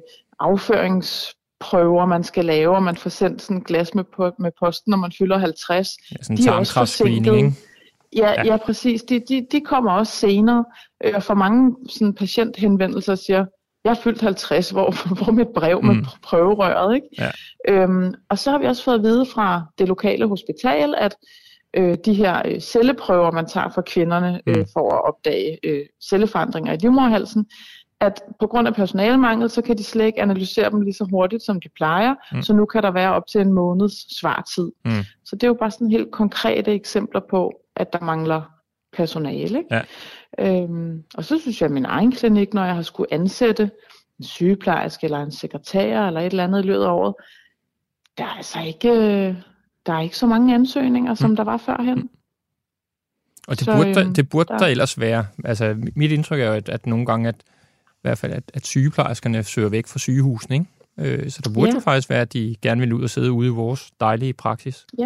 afføringsprøver, man skal lave, og man får sendt sådan et glas med, på, med posten, når man fylder halvtreds. Ja, sådan en tarmkræftscreening. Ja, ja. ja, præcis. De, de, de kommer også senere. Øh, for mange sådan, patienthenvendelser siger, jeg er fyldt halvtreds, hvor, hvor mit brev mm. med prøverøret, ikke? Ja. Øhm, og så har vi også fået at vide fra det lokale hospital, at øh, de her øh, celleprøver, man tager for kvinderne øh, mm. for at opdage øh, celleforandringer i livmoderhalsen, at på grund af personalemangel, så kan de slet ikke analysere dem lige så hurtigt, som de plejer, mm. så nu kan der være op til en måneds svartid. Mm. Så det er jo bare sådan helt konkrete eksempler på, at der mangler personale, ikke? Ja. Øhm, og så synes jeg, at min egen klinik, når jeg har skulle ansætte en sygeplejerske eller en sekretær eller et eller andet i løbet af året, der er altså ikke, der er ikke så mange ansøgninger, som mm. der var førhen. Mm. Og det så, burde, der, det burde der, der ellers være. Altså, mit indtryk er jo, at, at nogle gange, at, i hvert fald, at, at sygeplejerskerne søger væk fra sygehusene, ikke? Øh, så der burde ja. jo faktisk være, at de gerne vil ud og sidde ude i vores dejlige praksis. Ja.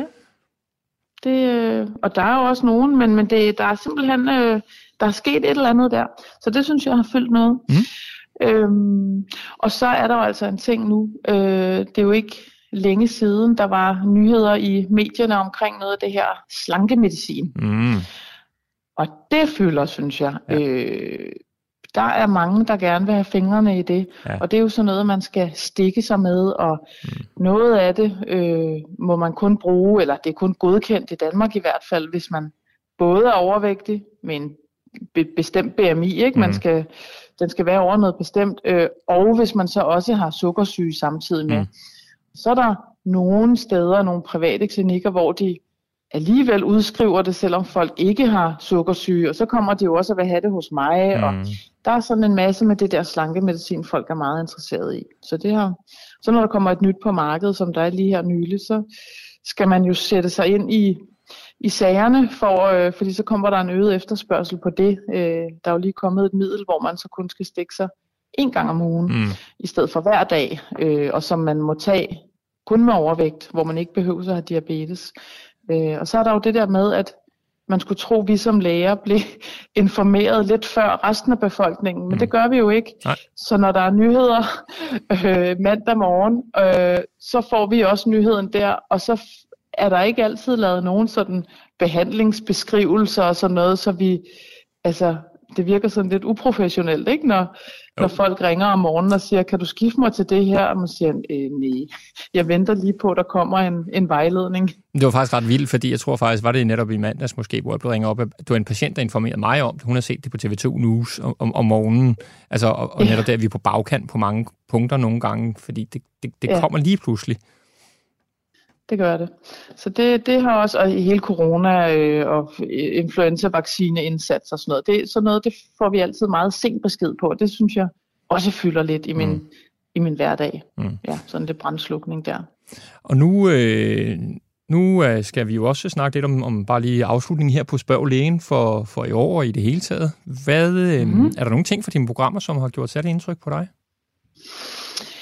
Det, øh, og der er jo også nogen, men, men det, der er simpelthen øh, der er sket et eller andet der. Så det synes jeg har fyldt noget. Mm. Øhm, og så er der jo altså en ting nu. Øh, det er jo ikke længe siden, der var nyheder i medierne omkring noget af det her slankemedicin. Mm. Og det fylder, synes jeg. Ja. Øh, der er mange, der gerne vil have fingrene i det. Ja. Og det er jo sådan noget, man skal stikke sig med. Og mm. noget af det øh, må man kun bruge, eller det er kun godkendt i Danmark i hvert fald, hvis man både er overvægtig med en be- bestemt B M I, ikke? Man skal, den skal være over noget bestemt, øh, og hvis man så også har sukkersyge samtidig med. Mm. Så er der nogle steder, nogle private klinikker, hvor de alligevel udskriver det, selvom folk ikke har sukkersyge, og så kommer de jo også at vil have det hos mig, mm. og der er sådan en masse med det der slankemedicin, folk er meget interesserede i. Så det her, så når der kommer et nyt på markedet, som der er lige her nylig, så skal man jo sætte sig ind i, i sagerne, for, øh, fordi så kommer der en øget efterspørgsel på det. Øh, der er jo lige kommet et middel, hvor man så kun skal stikke sig en gang om ugen, mm. i stedet for hver dag, øh, og som man må tage kun med overvægt, hvor man ikke behøver at have diabetes. Øh, og så er der jo det der med, at man skulle tro, at vi som læger blev informeret lidt før resten af befolkningen, men mm. det gør vi jo ikke. Nej. Så når der er nyheder øh, mandag morgen, øh, så får vi også nyheden der, og så er der ikke altid lavet nogen sådan behandlingsbeskrivelser og sådan noget, så vi, altså, det virker sådan lidt uprofessionelt, ikke? Når, når folk ringer om morgenen og siger, kan du skifte mig til det her? Og man siger, øh, nej, jeg venter lige på, at der kommer en, en vejledning. Det var faktisk ret vildt, fordi jeg tror faktisk, var det netop i mandags måske, hvor jeg blev ringet op, at du er en patient, der informerede mig om det. Hun har set det på T V to News om, om, om morgenen. Altså, og, og netop der er vi på bagkant på mange punkter nogle gange, fordi det, det, det ja. kommer lige pludselig. Det gør det. Så det, det har også, og i hele corona øh, og influenza-vaccineindsats og sådan noget, det, sådan noget, det får vi altid meget sent besked på, og det synes jeg også fylder lidt i min, mm. i min hverdag. Mm. Ja, sådan lidt brandslukning der. Og nu, øh, nu øh, skal vi jo også snakke lidt om, om bare lige afslutningen her på Spørg Lægen for, for i år og i det hele taget. Hvad, øh, mm. Er der nogle ting fra dine programmer, som har gjort særligt indtryk på dig?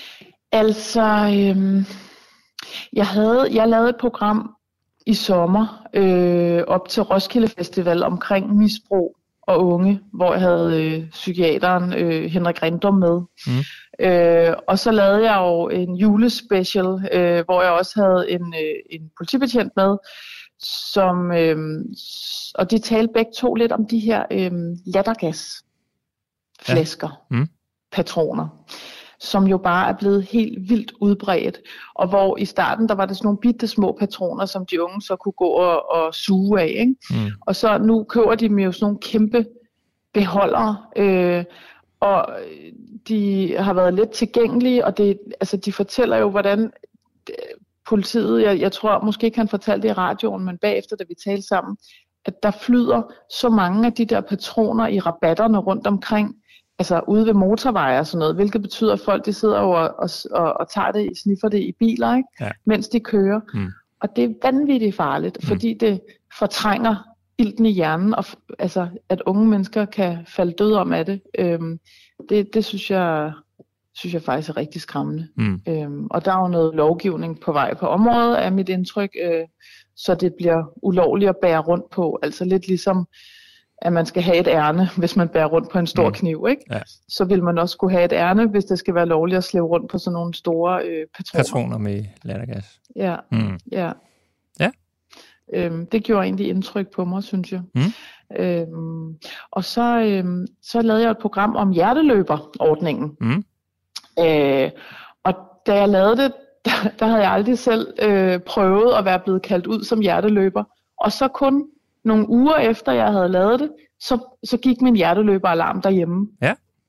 Altså, øhm, jeg, havde, jeg lavede et program i sommer øh, op til Roskilde Festival omkring misbrug og unge, hvor jeg havde øh, psykiateren øh, Henrik Rindrum med. Mm. Øh, og så lavede jeg jo en julespecial, øh, hvor jeg også havde en, øh, en politibetjent med, som, øh, og de talte begge to lidt om de her øh, lattergasflasker, ja. mm. patroner, som jo bare er blevet helt vildt udbredt, og hvor i starten, der var det sådan nogle bitte små patroner, som de unge så kunne gå og, og suge af, ikke? Mm. Og så nu køber de dem jo sådan nogle kæmpe beholdere, øh, og de har været let tilgængelige, og det, altså, de fortæller jo, hvordan politiet, jeg, jeg tror måske ikke han fortalte det i radioen, men bagefter, da vi talte sammen, at der flyder så mange af de der patroner i rabatterne rundt omkring, altså ude ved motorveje og sådan noget, hvilket betyder, at folk de sidder og, og, og, og tager det, sniffer det i biler, ikke? Ja. Mens de kører. Mm. Og det er vanvittigt farligt, mm. fordi det fortrænger ilten i hjernen, og altså, at unge mennesker kan falde døde om af det. Øhm, det, det synes jeg, synes jeg faktisk er rigtig skræmmende. Mm. Øhm, og der er jo noget lovgivning på vej på området, er mit indtryk, øh, så det bliver ulovligt at bære rundt på. Altså lidt ligesom at man skal have et ærne, hvis man bærer rundt på en stor mm. kniv, ikke? Ja. Så vil man også skulle have et ærne, hvis det skal være lovligt at slæve rundt på sådan nogle store øh, patroner. Patroner med lattergas. Ja, mm. ja. ja. Øhm, det gjorde egentlig indtryk på mig, synes jeg. Mm. Øhm, og så, øhm, så lavede jeg et program om hjerteløberordningen. Mm. Øh, og da jeg lavede det, der, der havde jeg aldrig selv øh, prøvet at være blevet kaldt ud som hjerteløber. Og så kun nogle uger efter jeg havde lavet det, så, så gik min hjerteløberalarm derhjemme. Ja.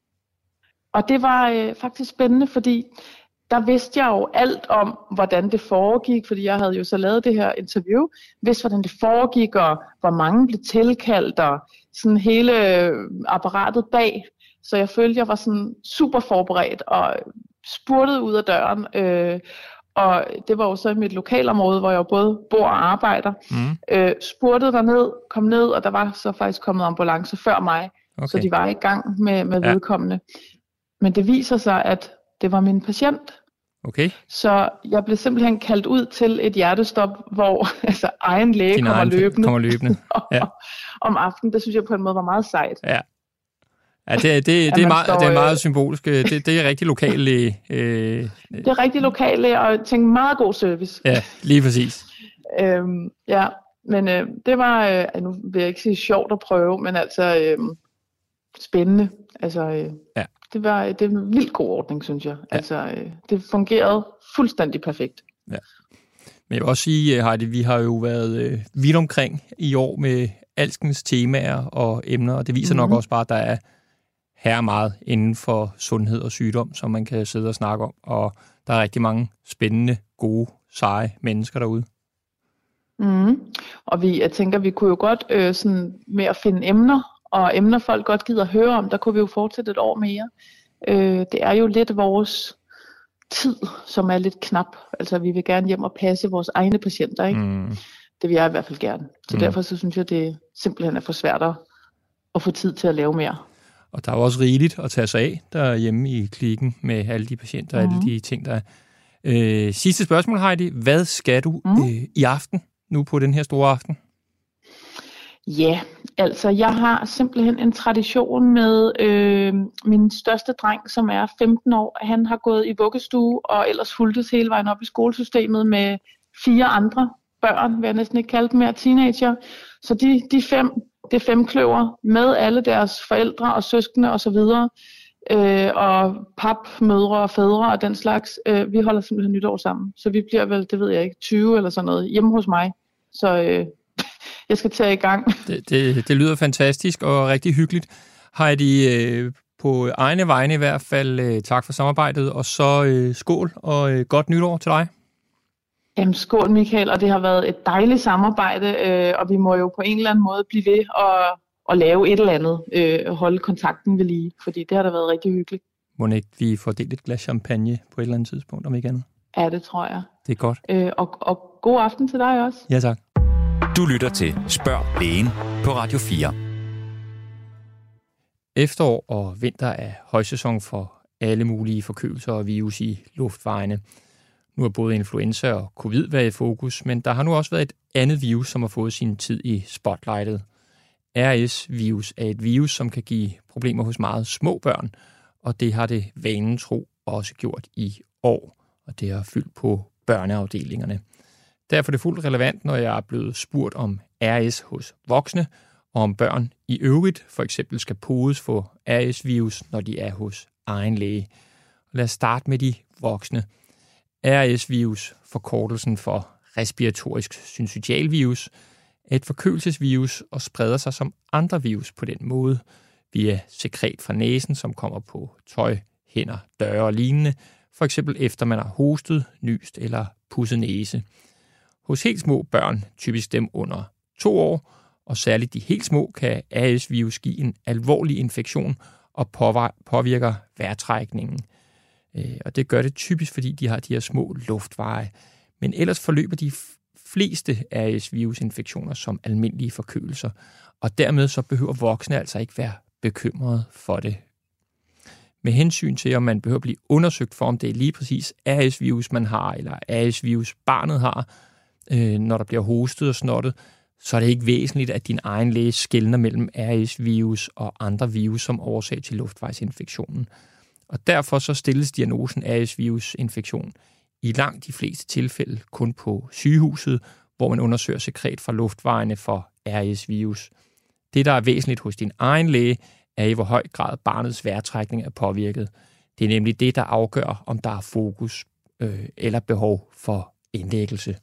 Og det var øh, faktisk spændende, fordi der vidste jeg jo alt om, hvordan det foregik, fordi jeg havde jo så lavet det her interview, vidste hvordan det foregik, og hvor mange blev tilkaldt, og sådan hele apparatet bag. Så jeg følte, jeg var sådan super forberedt, og spurtede ud af døren, øh, og det var jo så i mit lokalområde, hvor jeg jo både bor og arbejder. Mm. Øh, spurtede derned, kom ned, og der var så faktisk kommet ambulance før mig. Okay. Så de var i gang med, med ja. vedkommende. Men det viser sig, at det var min patient. Okay. Så jeg blev simpelthen kaldt ud til et hjertestop, hvor altså, egen læge Din kommer, egen løbende. kommer løbende. Ja. Om aftenen. Det synes jeg på en måde var meget sejt. Ja. Ja, det, det, det, det, er, meget, står, det er meget symbolisk. Det, det er rigtig lokal øh, Det er rigtig lokal og jeg tænkte meget god service. Ja, lige præcis. øhm, ja, men øh, det var, øh, nu vil jeg ikke sige sjovt at prøve, men altså øh, spændende. Altså, øh, ja. det, var, det er en vildt god ordning, synes jeg. Ja. Altså, øh, det fungerede fuldstændig perfekt. Ja. Men jeg vil også sige, Heidi, vi har jo været øh, vidt omkring i år med alskens temaer og emner, og det viser mm-hmm. nok også bare, at der er her meget inden for sundhed og sygdom, som man kan sidde og snakke om, og der er rigtig mange spændende, gode, seje mennesker derude. Mm. Og vi, jeg tænker, vi kunne jo godt øh, sådan, med at finde emner, og emner folk godt gider at høre om, der kunne vi jo fortsætte et år mere. Øh, det er jo lidt vores tid, som er lidt knap. Altså vi vil gerne hjem og passe vores egne patienter, ikke? Mm. Det vil jeg i hvert fald gerne. Så mm. derfor så synes jeg, det simpelthen er for svært at, at få tid til at lave mere. Og der er også rigeligt at tage sig af derhjemme i klikken med alle de patienter og mm. alle de ting, der er. Øh, sidste spørgsmål, Heidi. Hvad skal du mm. øh, i aften, nu på den her store aften? Ja, altså jeg har simpelthen en tradition med øh, min største dreng, som er femten år. Han har gået i vuggestue og ellers fulgtes hele vejen op i skolesystemet med fire andre børn, vil jeg næsten ikke kalde dem mere, teenager. Så de, de fem, det femkløver med alle deres forældre og søskende og så videre, øh, og pap, mødre og fædre og den slags, øh, vi holder simpelthen nytår sammen. Så vi bliver vel, det ved jeg ikke, tyve eller sådan noget hjemme hos mig. Så øh, jeg skal tage i gang. Det, det, det lyder fantastisk og rigtig hyggeligt. Heidi, øh, på egne vegne i hvert fald, øh, tak for samarbejdet, og så øh, skål og øh, godt nytår til dig. Jamen, skål Michael, og det har været et dejligt samarbejde, øh, og vi må jo på en eller anden måde blive ved at, at lave et eller andet, øh, holde kontakten ved lige, fordi det har da været rigtig hyggeligt. Må ikke vi får delt et glas champagne på et eller andet tidspunkt, om ikke andet? Ja, det tror jeg. Det er godt. Øh, og, og god aften til dig også. Ja, tak. Du lytter til Spørg Lægen på Radio fire. Efterår og vinter er højsæson for alle mulige forkølelser og virus i luftvejene. Nu har både influenza og covid været i fokus, men der har nu også været et andet virus, som har fået sin tid i spotlightet. R S-virus er et virus, som kan give problemer hos meget små børn, og det har det vanen tro også gjort i år, og det har fyldt på børneafdelingerne. Derfor er det fuldt relevant, når jeg er blevet spurgt om R S hos voksne, og om børn i øvrigt for eksempel skal podes for R S-virus, når de er hos egen læge. Lad os starte med de voksne. R S-virus, forkortelsen for respiratorisk syncytialvirus, er et forkølelsesvirus og spreder sig som andre virus på den måde, via sekret fra næsen, som kommer på tøj, hænder, døre og lignende, for eksempel efter man har hostet, nyst eller pudset næse. Hos helt små børn, typisk dem under to år, og særligt de helt små, kan R S-virus give en alvorlig infektion og påvirker vejrtrækningen. Og det gør det typisk, fordi de har de her små luftveje. Men ellers forløber de fleste R S-virusinfektioner som almindelige forkølelser, og dermed så behøver voksne altså ikke være bekymrede for det. Med hensyn til, om man behøver blive undersøgt for, om det er lige præcis R S-virus, man har, eller R S-virus, barnet har, øh, når der bliver hostet og snottet, så er det ikke væsentligt, at din egen læge skelner mellem R S-virus og andre virus som årsag til luftvejsinfektionen. Og derfor så stilles diagnosen R S-virusinfektion i langt de fleste tilfælde kun på sygehuset, hvor man undersøger sekret fra luftvejene for R S-virus. Det, der er væsentligt hos din egen læge, er i hvor høj grad barnets vejrtrækning er påvirket. Det er nemlig det, der afgør, om der er fokus øh, eller behov for indlæggelse.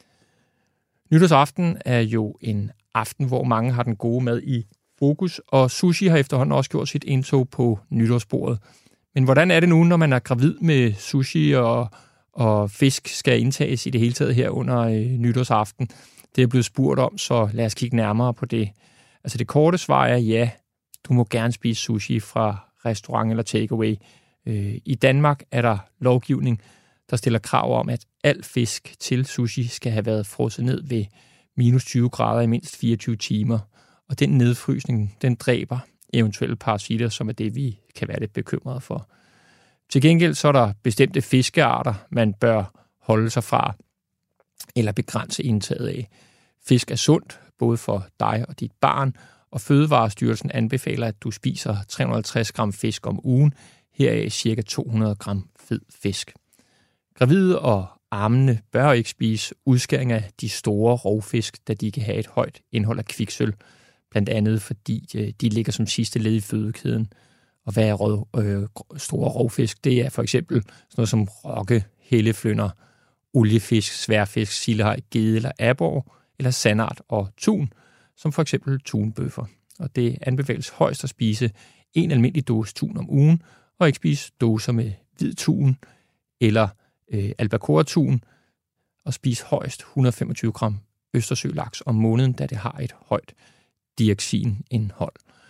Nytårsaften er jo en aften, hvor mange har den gode mad i fokus, og sushi har efterhånden også gjort sit indtog på nytårsbordet. Men hvordan er det nu, når man er gravid med sushi og, og fisk skal indtages i det hele taget her under øh, nytårsaften? Det er blevet spurgt om, så lad os kigge nærmere på det. Altså det korte svar er ja, du må gerne spise sushi fra restaurant eller takeaway. Øh, I Danmark er der lovgivning, der stiller krav om, at al fisk til sushi skal have været frosset ned ved minus tyve grader i mindst fireogtyve timer. Og den nedfrysning, den dræber eventuelle parasitter, som er det, vi kan være lidt bekymrede for. Til gengæld så er der bestemte fiskearter, man bør holde sig fra eller begrænse indtaget af. Fisk er sundt, både for dig og dit barn, og Fødevarestyrelsen anbefaler, at du spiser tre hundrede og halvtreds gram fisk om ugen, heraf ca. to hundrede gram fed fisk. Gravide og ammende bør ikke spise udskæring af de store rovfisk, da de kan have et højt indhold af kviksølv, blandt andet fordi de ligger som sidste led i fødekæden. Og hvad er rød, øh, store rovfisk? Det er for eksempel sådan noget som rokke, helleflynder, oliefisk, sværfisk, sildehaj, gede eller aborre, eller sandart og tun, som for eksempel tunbøffer. Og det anbefales højst at spise en almindelig dåse tun om ugen, og ikke spise dåser med hvid tun eller øh, albacoa-tun, og spise højst et hundrede og femogtyve gram østersølaks om måneden, da det har et højt dioxinindhold.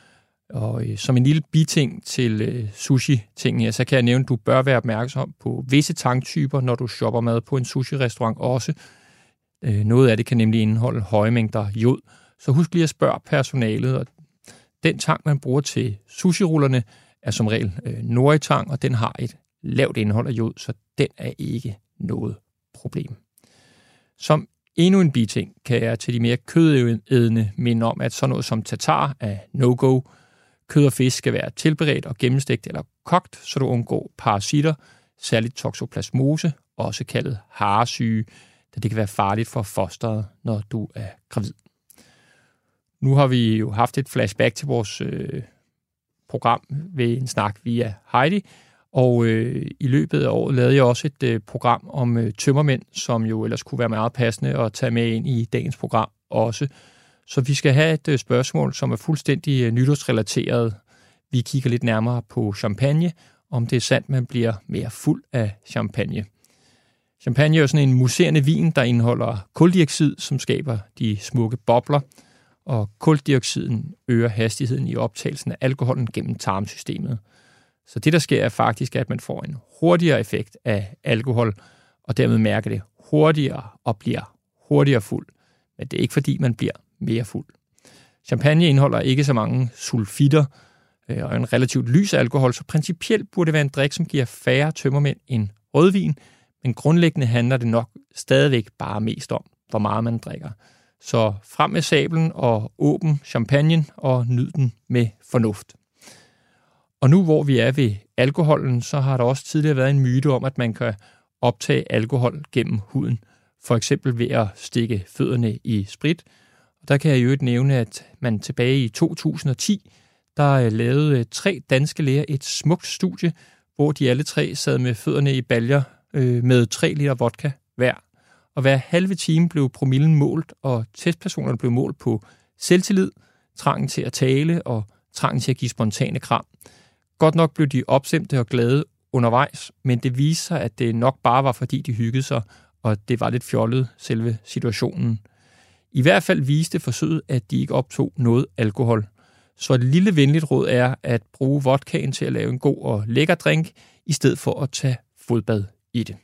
Og øh, som en lille biting til øh, sushi-ting her, så kan jeg nævne, at du bør være opmærksom på visse tanktyper, når du shopper mad på en sushi-restaurant også. Øh, noget af det kan nemlig indeholde høje mængder jod, så husk lige at spørge personalet. Og den tang, man bruger til sushi-rullerne, er som regel øh, nori-tang, og den har et lavt indhold af jod, så den er ikke noget problem. Som endnu en biting kan jeg til de mere kødædende minde om, at sådan noget som tartar er no-go. Kød og fisk skal være tilberedt og gennemstegt eller kogt, så du undgår parasitter, særligt toxoplasmose, også kaldet haresyge, da det kan være farligt for fosteret, når du er gravid. Nu har vi jo haft et flashback til vores øh, program ved en snak via Heidi, og øh, i løbet af året lavede jeg også et øh, program om øh, tømmermænd, som jo ellers kunne være meget passende at tage med ind i dagens program også. Så vi skal have et øh, spørgsmål, som er fuldstændig øh, nytårsrelateret. Vi kigger lidt nærmere på champagne, om det er sandt, man bliver mere fuld af champagne. Champagne er jo sådan en muserende vin, der indeholder kuldioxid, som skaber de smukke bobler, og kuldioxiden øger hastigheden i optagelsen af alkoholen gennem tarmsystemet. Så det, der sker, er faktisk, at man får en hurtigere effekt af alkohol, og dermed mærker det hurtigere og bliver hurtigere fuld. Men det er ikke, fordi man bliver mere fuld. Champagne indeholder ikke så mange sulfitter, øh, og en relativt lys alkohol, så principielt burde det være en drik, som giver færre tømmermænd end rødvin, men grundlæggende handler det nok stadigvæk bare mest om, hvor meget man drikker. Så frem med sablen og åbn champagne og nyd den med fornuft. Og nu hvor vi er ved alkoholen, så har der også tidligere været en myte om, at man kan optage alkohol gennem huden. For eksempel ved at stikke fødderne i sprit. Og der kan jeg jo nævne, at man tilbage i to tusind og ti, der lavede tre danske læger et smukt studie, hvor de alle tre sad med fødderne i baljer øh, med tre liter vodka hver. Og hver halve time blev promillen målt, og testpersonerne blev målt på selvtillid, trangen til at tale og trangen til at give spontane kram. Godt nok blev de opstemte og glade undervejs, men det viste sig, at det nok bare var fordi de hyggede sig, og det var lidt fjollet, selve situationen. I hvert fald viste forsøget, at de ikke optog noget alkohol. Så et lille venligt råd er at bruge vodkaen til at lave en god og lækker drink, i stedet for at tage fodbad i det.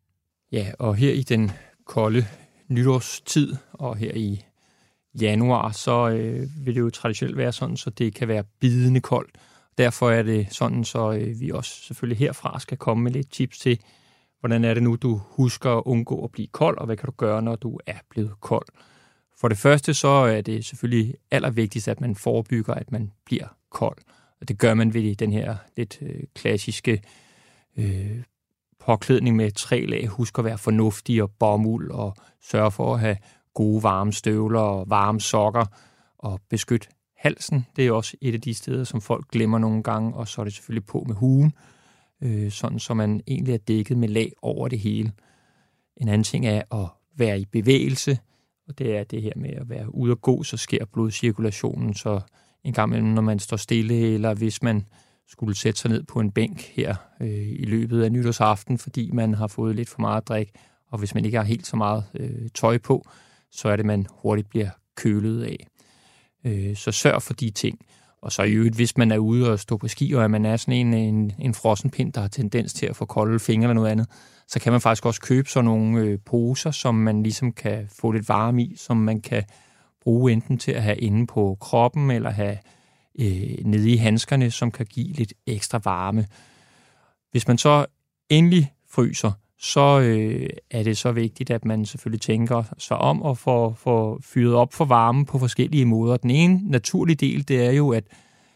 Ja, og her i den kolde nytårstid, og her i januar, så øh, vil det jo traditionelt være sådan, så det kan være bidende koldt. Derfor er det sådan, så øh, vi også selvfølgelig herfra skal komme med lidt tips til, hvordan er det nu, du husker at undgå at blive kold, og hvad kan du gøre, når du er blevet kold. For det første, så er det selvfølgelig allervigtigst, at man forebygger, at man bliver kold. Og det gør man ved den her lidt øh, klassiske øh, påklædning med tre lag. Husk at være fornuftig og bomuld, og sørge for at have gode varme støvler og varme sokker, og beskyt halsen. Det er også et af de steder, som folk glemmer nogle gange, og så er det selvfølgelig på med huen, øh, sådan så man egentlig er dækket med lag over det hele. En anden ting er at være i bevægelse, og det er det her med at være ude og gå, så sker blodcirkulationen, så en gang imellem, når man står stille, eller hvis man skulle sætte sig ned på en bænk her øh, i løbet af nytårsaften, fordi man har fået lidt for meget drik, og hvis man ikke har helt så meget øh, tøj på, så er det, man hurtigt bliver kølet af. Øh, så sørg for de ting. Og så i øvrigt, hvis man er ude og stå på ski, og man er sådan en, en, en frossenpind, der har tendens til at få kolde fingre eller noget andet, så kan man faktisk også købe sådan nogle øh, poser, som man ligesom kan få lidt varme i, som man kan bruge enten til at have inde på kroppen, eller have øh, nede i handskerne, som kan give lidt ekstra varme. Hvis man så endelig fryser, så øh, er det så vigtigt, at man selvfølgelig tænker sig om og får, får fyret op for varmen på forskellige måder. Den ene naturlige del, det er jo, at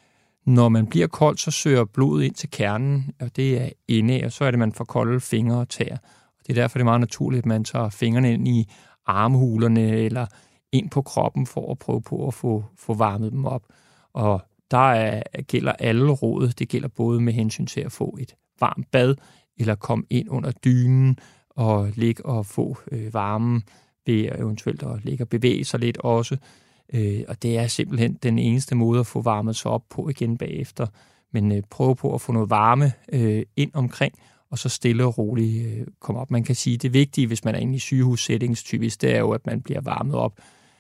når man bliver kold, så søger blodet ind til kernen, og det er indad, og så er det, man får kolde fingre og tæer. Og det er derfor, det er meget naturligt, at man tager fingrene ind i armhulerne eller ind på kroppen for at prøve på at få, få varmet dem op. Og der er, gælder alle råd. Det gælder både med hensyn til at få et varmt bad, eller komme ind under dynen og ligge og få øh, varmen ved eventuelt at ligge og bevæge sig lidt også. Øh, og det er simpelthen den eneste måde at få varmet sig op på igen bagefter. Men øh, prøv på at få noget varme øh, ind omkring, og så stille og roligt øh, komme op. Man kan sige, at det vigtige, hvis man er inde i sygehussettings typisk, det er jo, at man bliver varmet op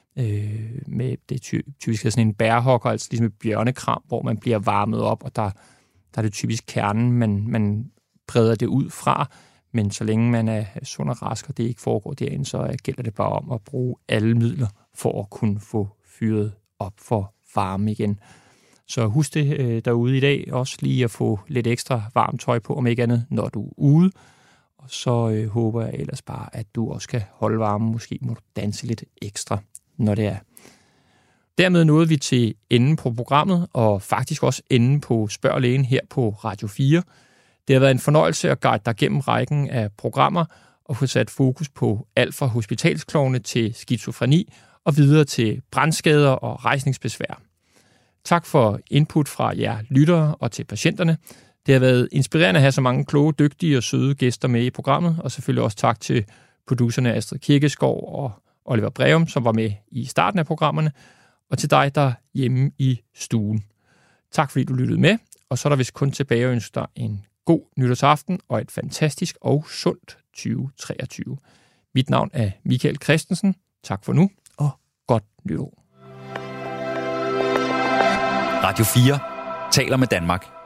øh, med det ty- typisk er sådan en bærhokker, altså ligesom et bjørnekram, hvor man bliver varmet op, og der, der er det typisk kernen, man, man breder det ud fra, men så længe man er sund og rask, og det ikke foregår derinde, så gælder det bare om at bruge alle midler for at kunne få fyret op for varme igen. Så husk det øh, derude i dag, også lige at få lidt ekstra varmt tøj på, om ikke andet, når du er ude. Og så øh, håber jeg ellers bare, at du også kan holde varmen. Måske må du danse lidt ekstra, når det er. Dermed nåede vi til enden på programmet, og faktisk også enden på Spørg Lægen her på Radio fire. Det har været en fornøjelse at guide dig gennem rækken af programmer og få sat fokus på alt fra hospitalsklovne til skizofreni og videre til brandskader og rejsningsbesvær. Tak for input fra jer lyttere og til patienterne. Det har været inspirerende at have så mange kloge, dygtige og søde gæster med i programmet, og selvfølgelig også tak til producerne Astrid Kirkeskov og Oliver Breum, som var med i starten af programmerne, og til dig, der hjemme i stuen. Tak fordi du lyttede med, og så er der vist kun tilbage at ønske dig en god nytårsaften og et fantastisk og sundt tyve treogtyve. Mit navn er Michael Christensen. Tak for nu, og godt nytår. Radio fire taler med Danmark.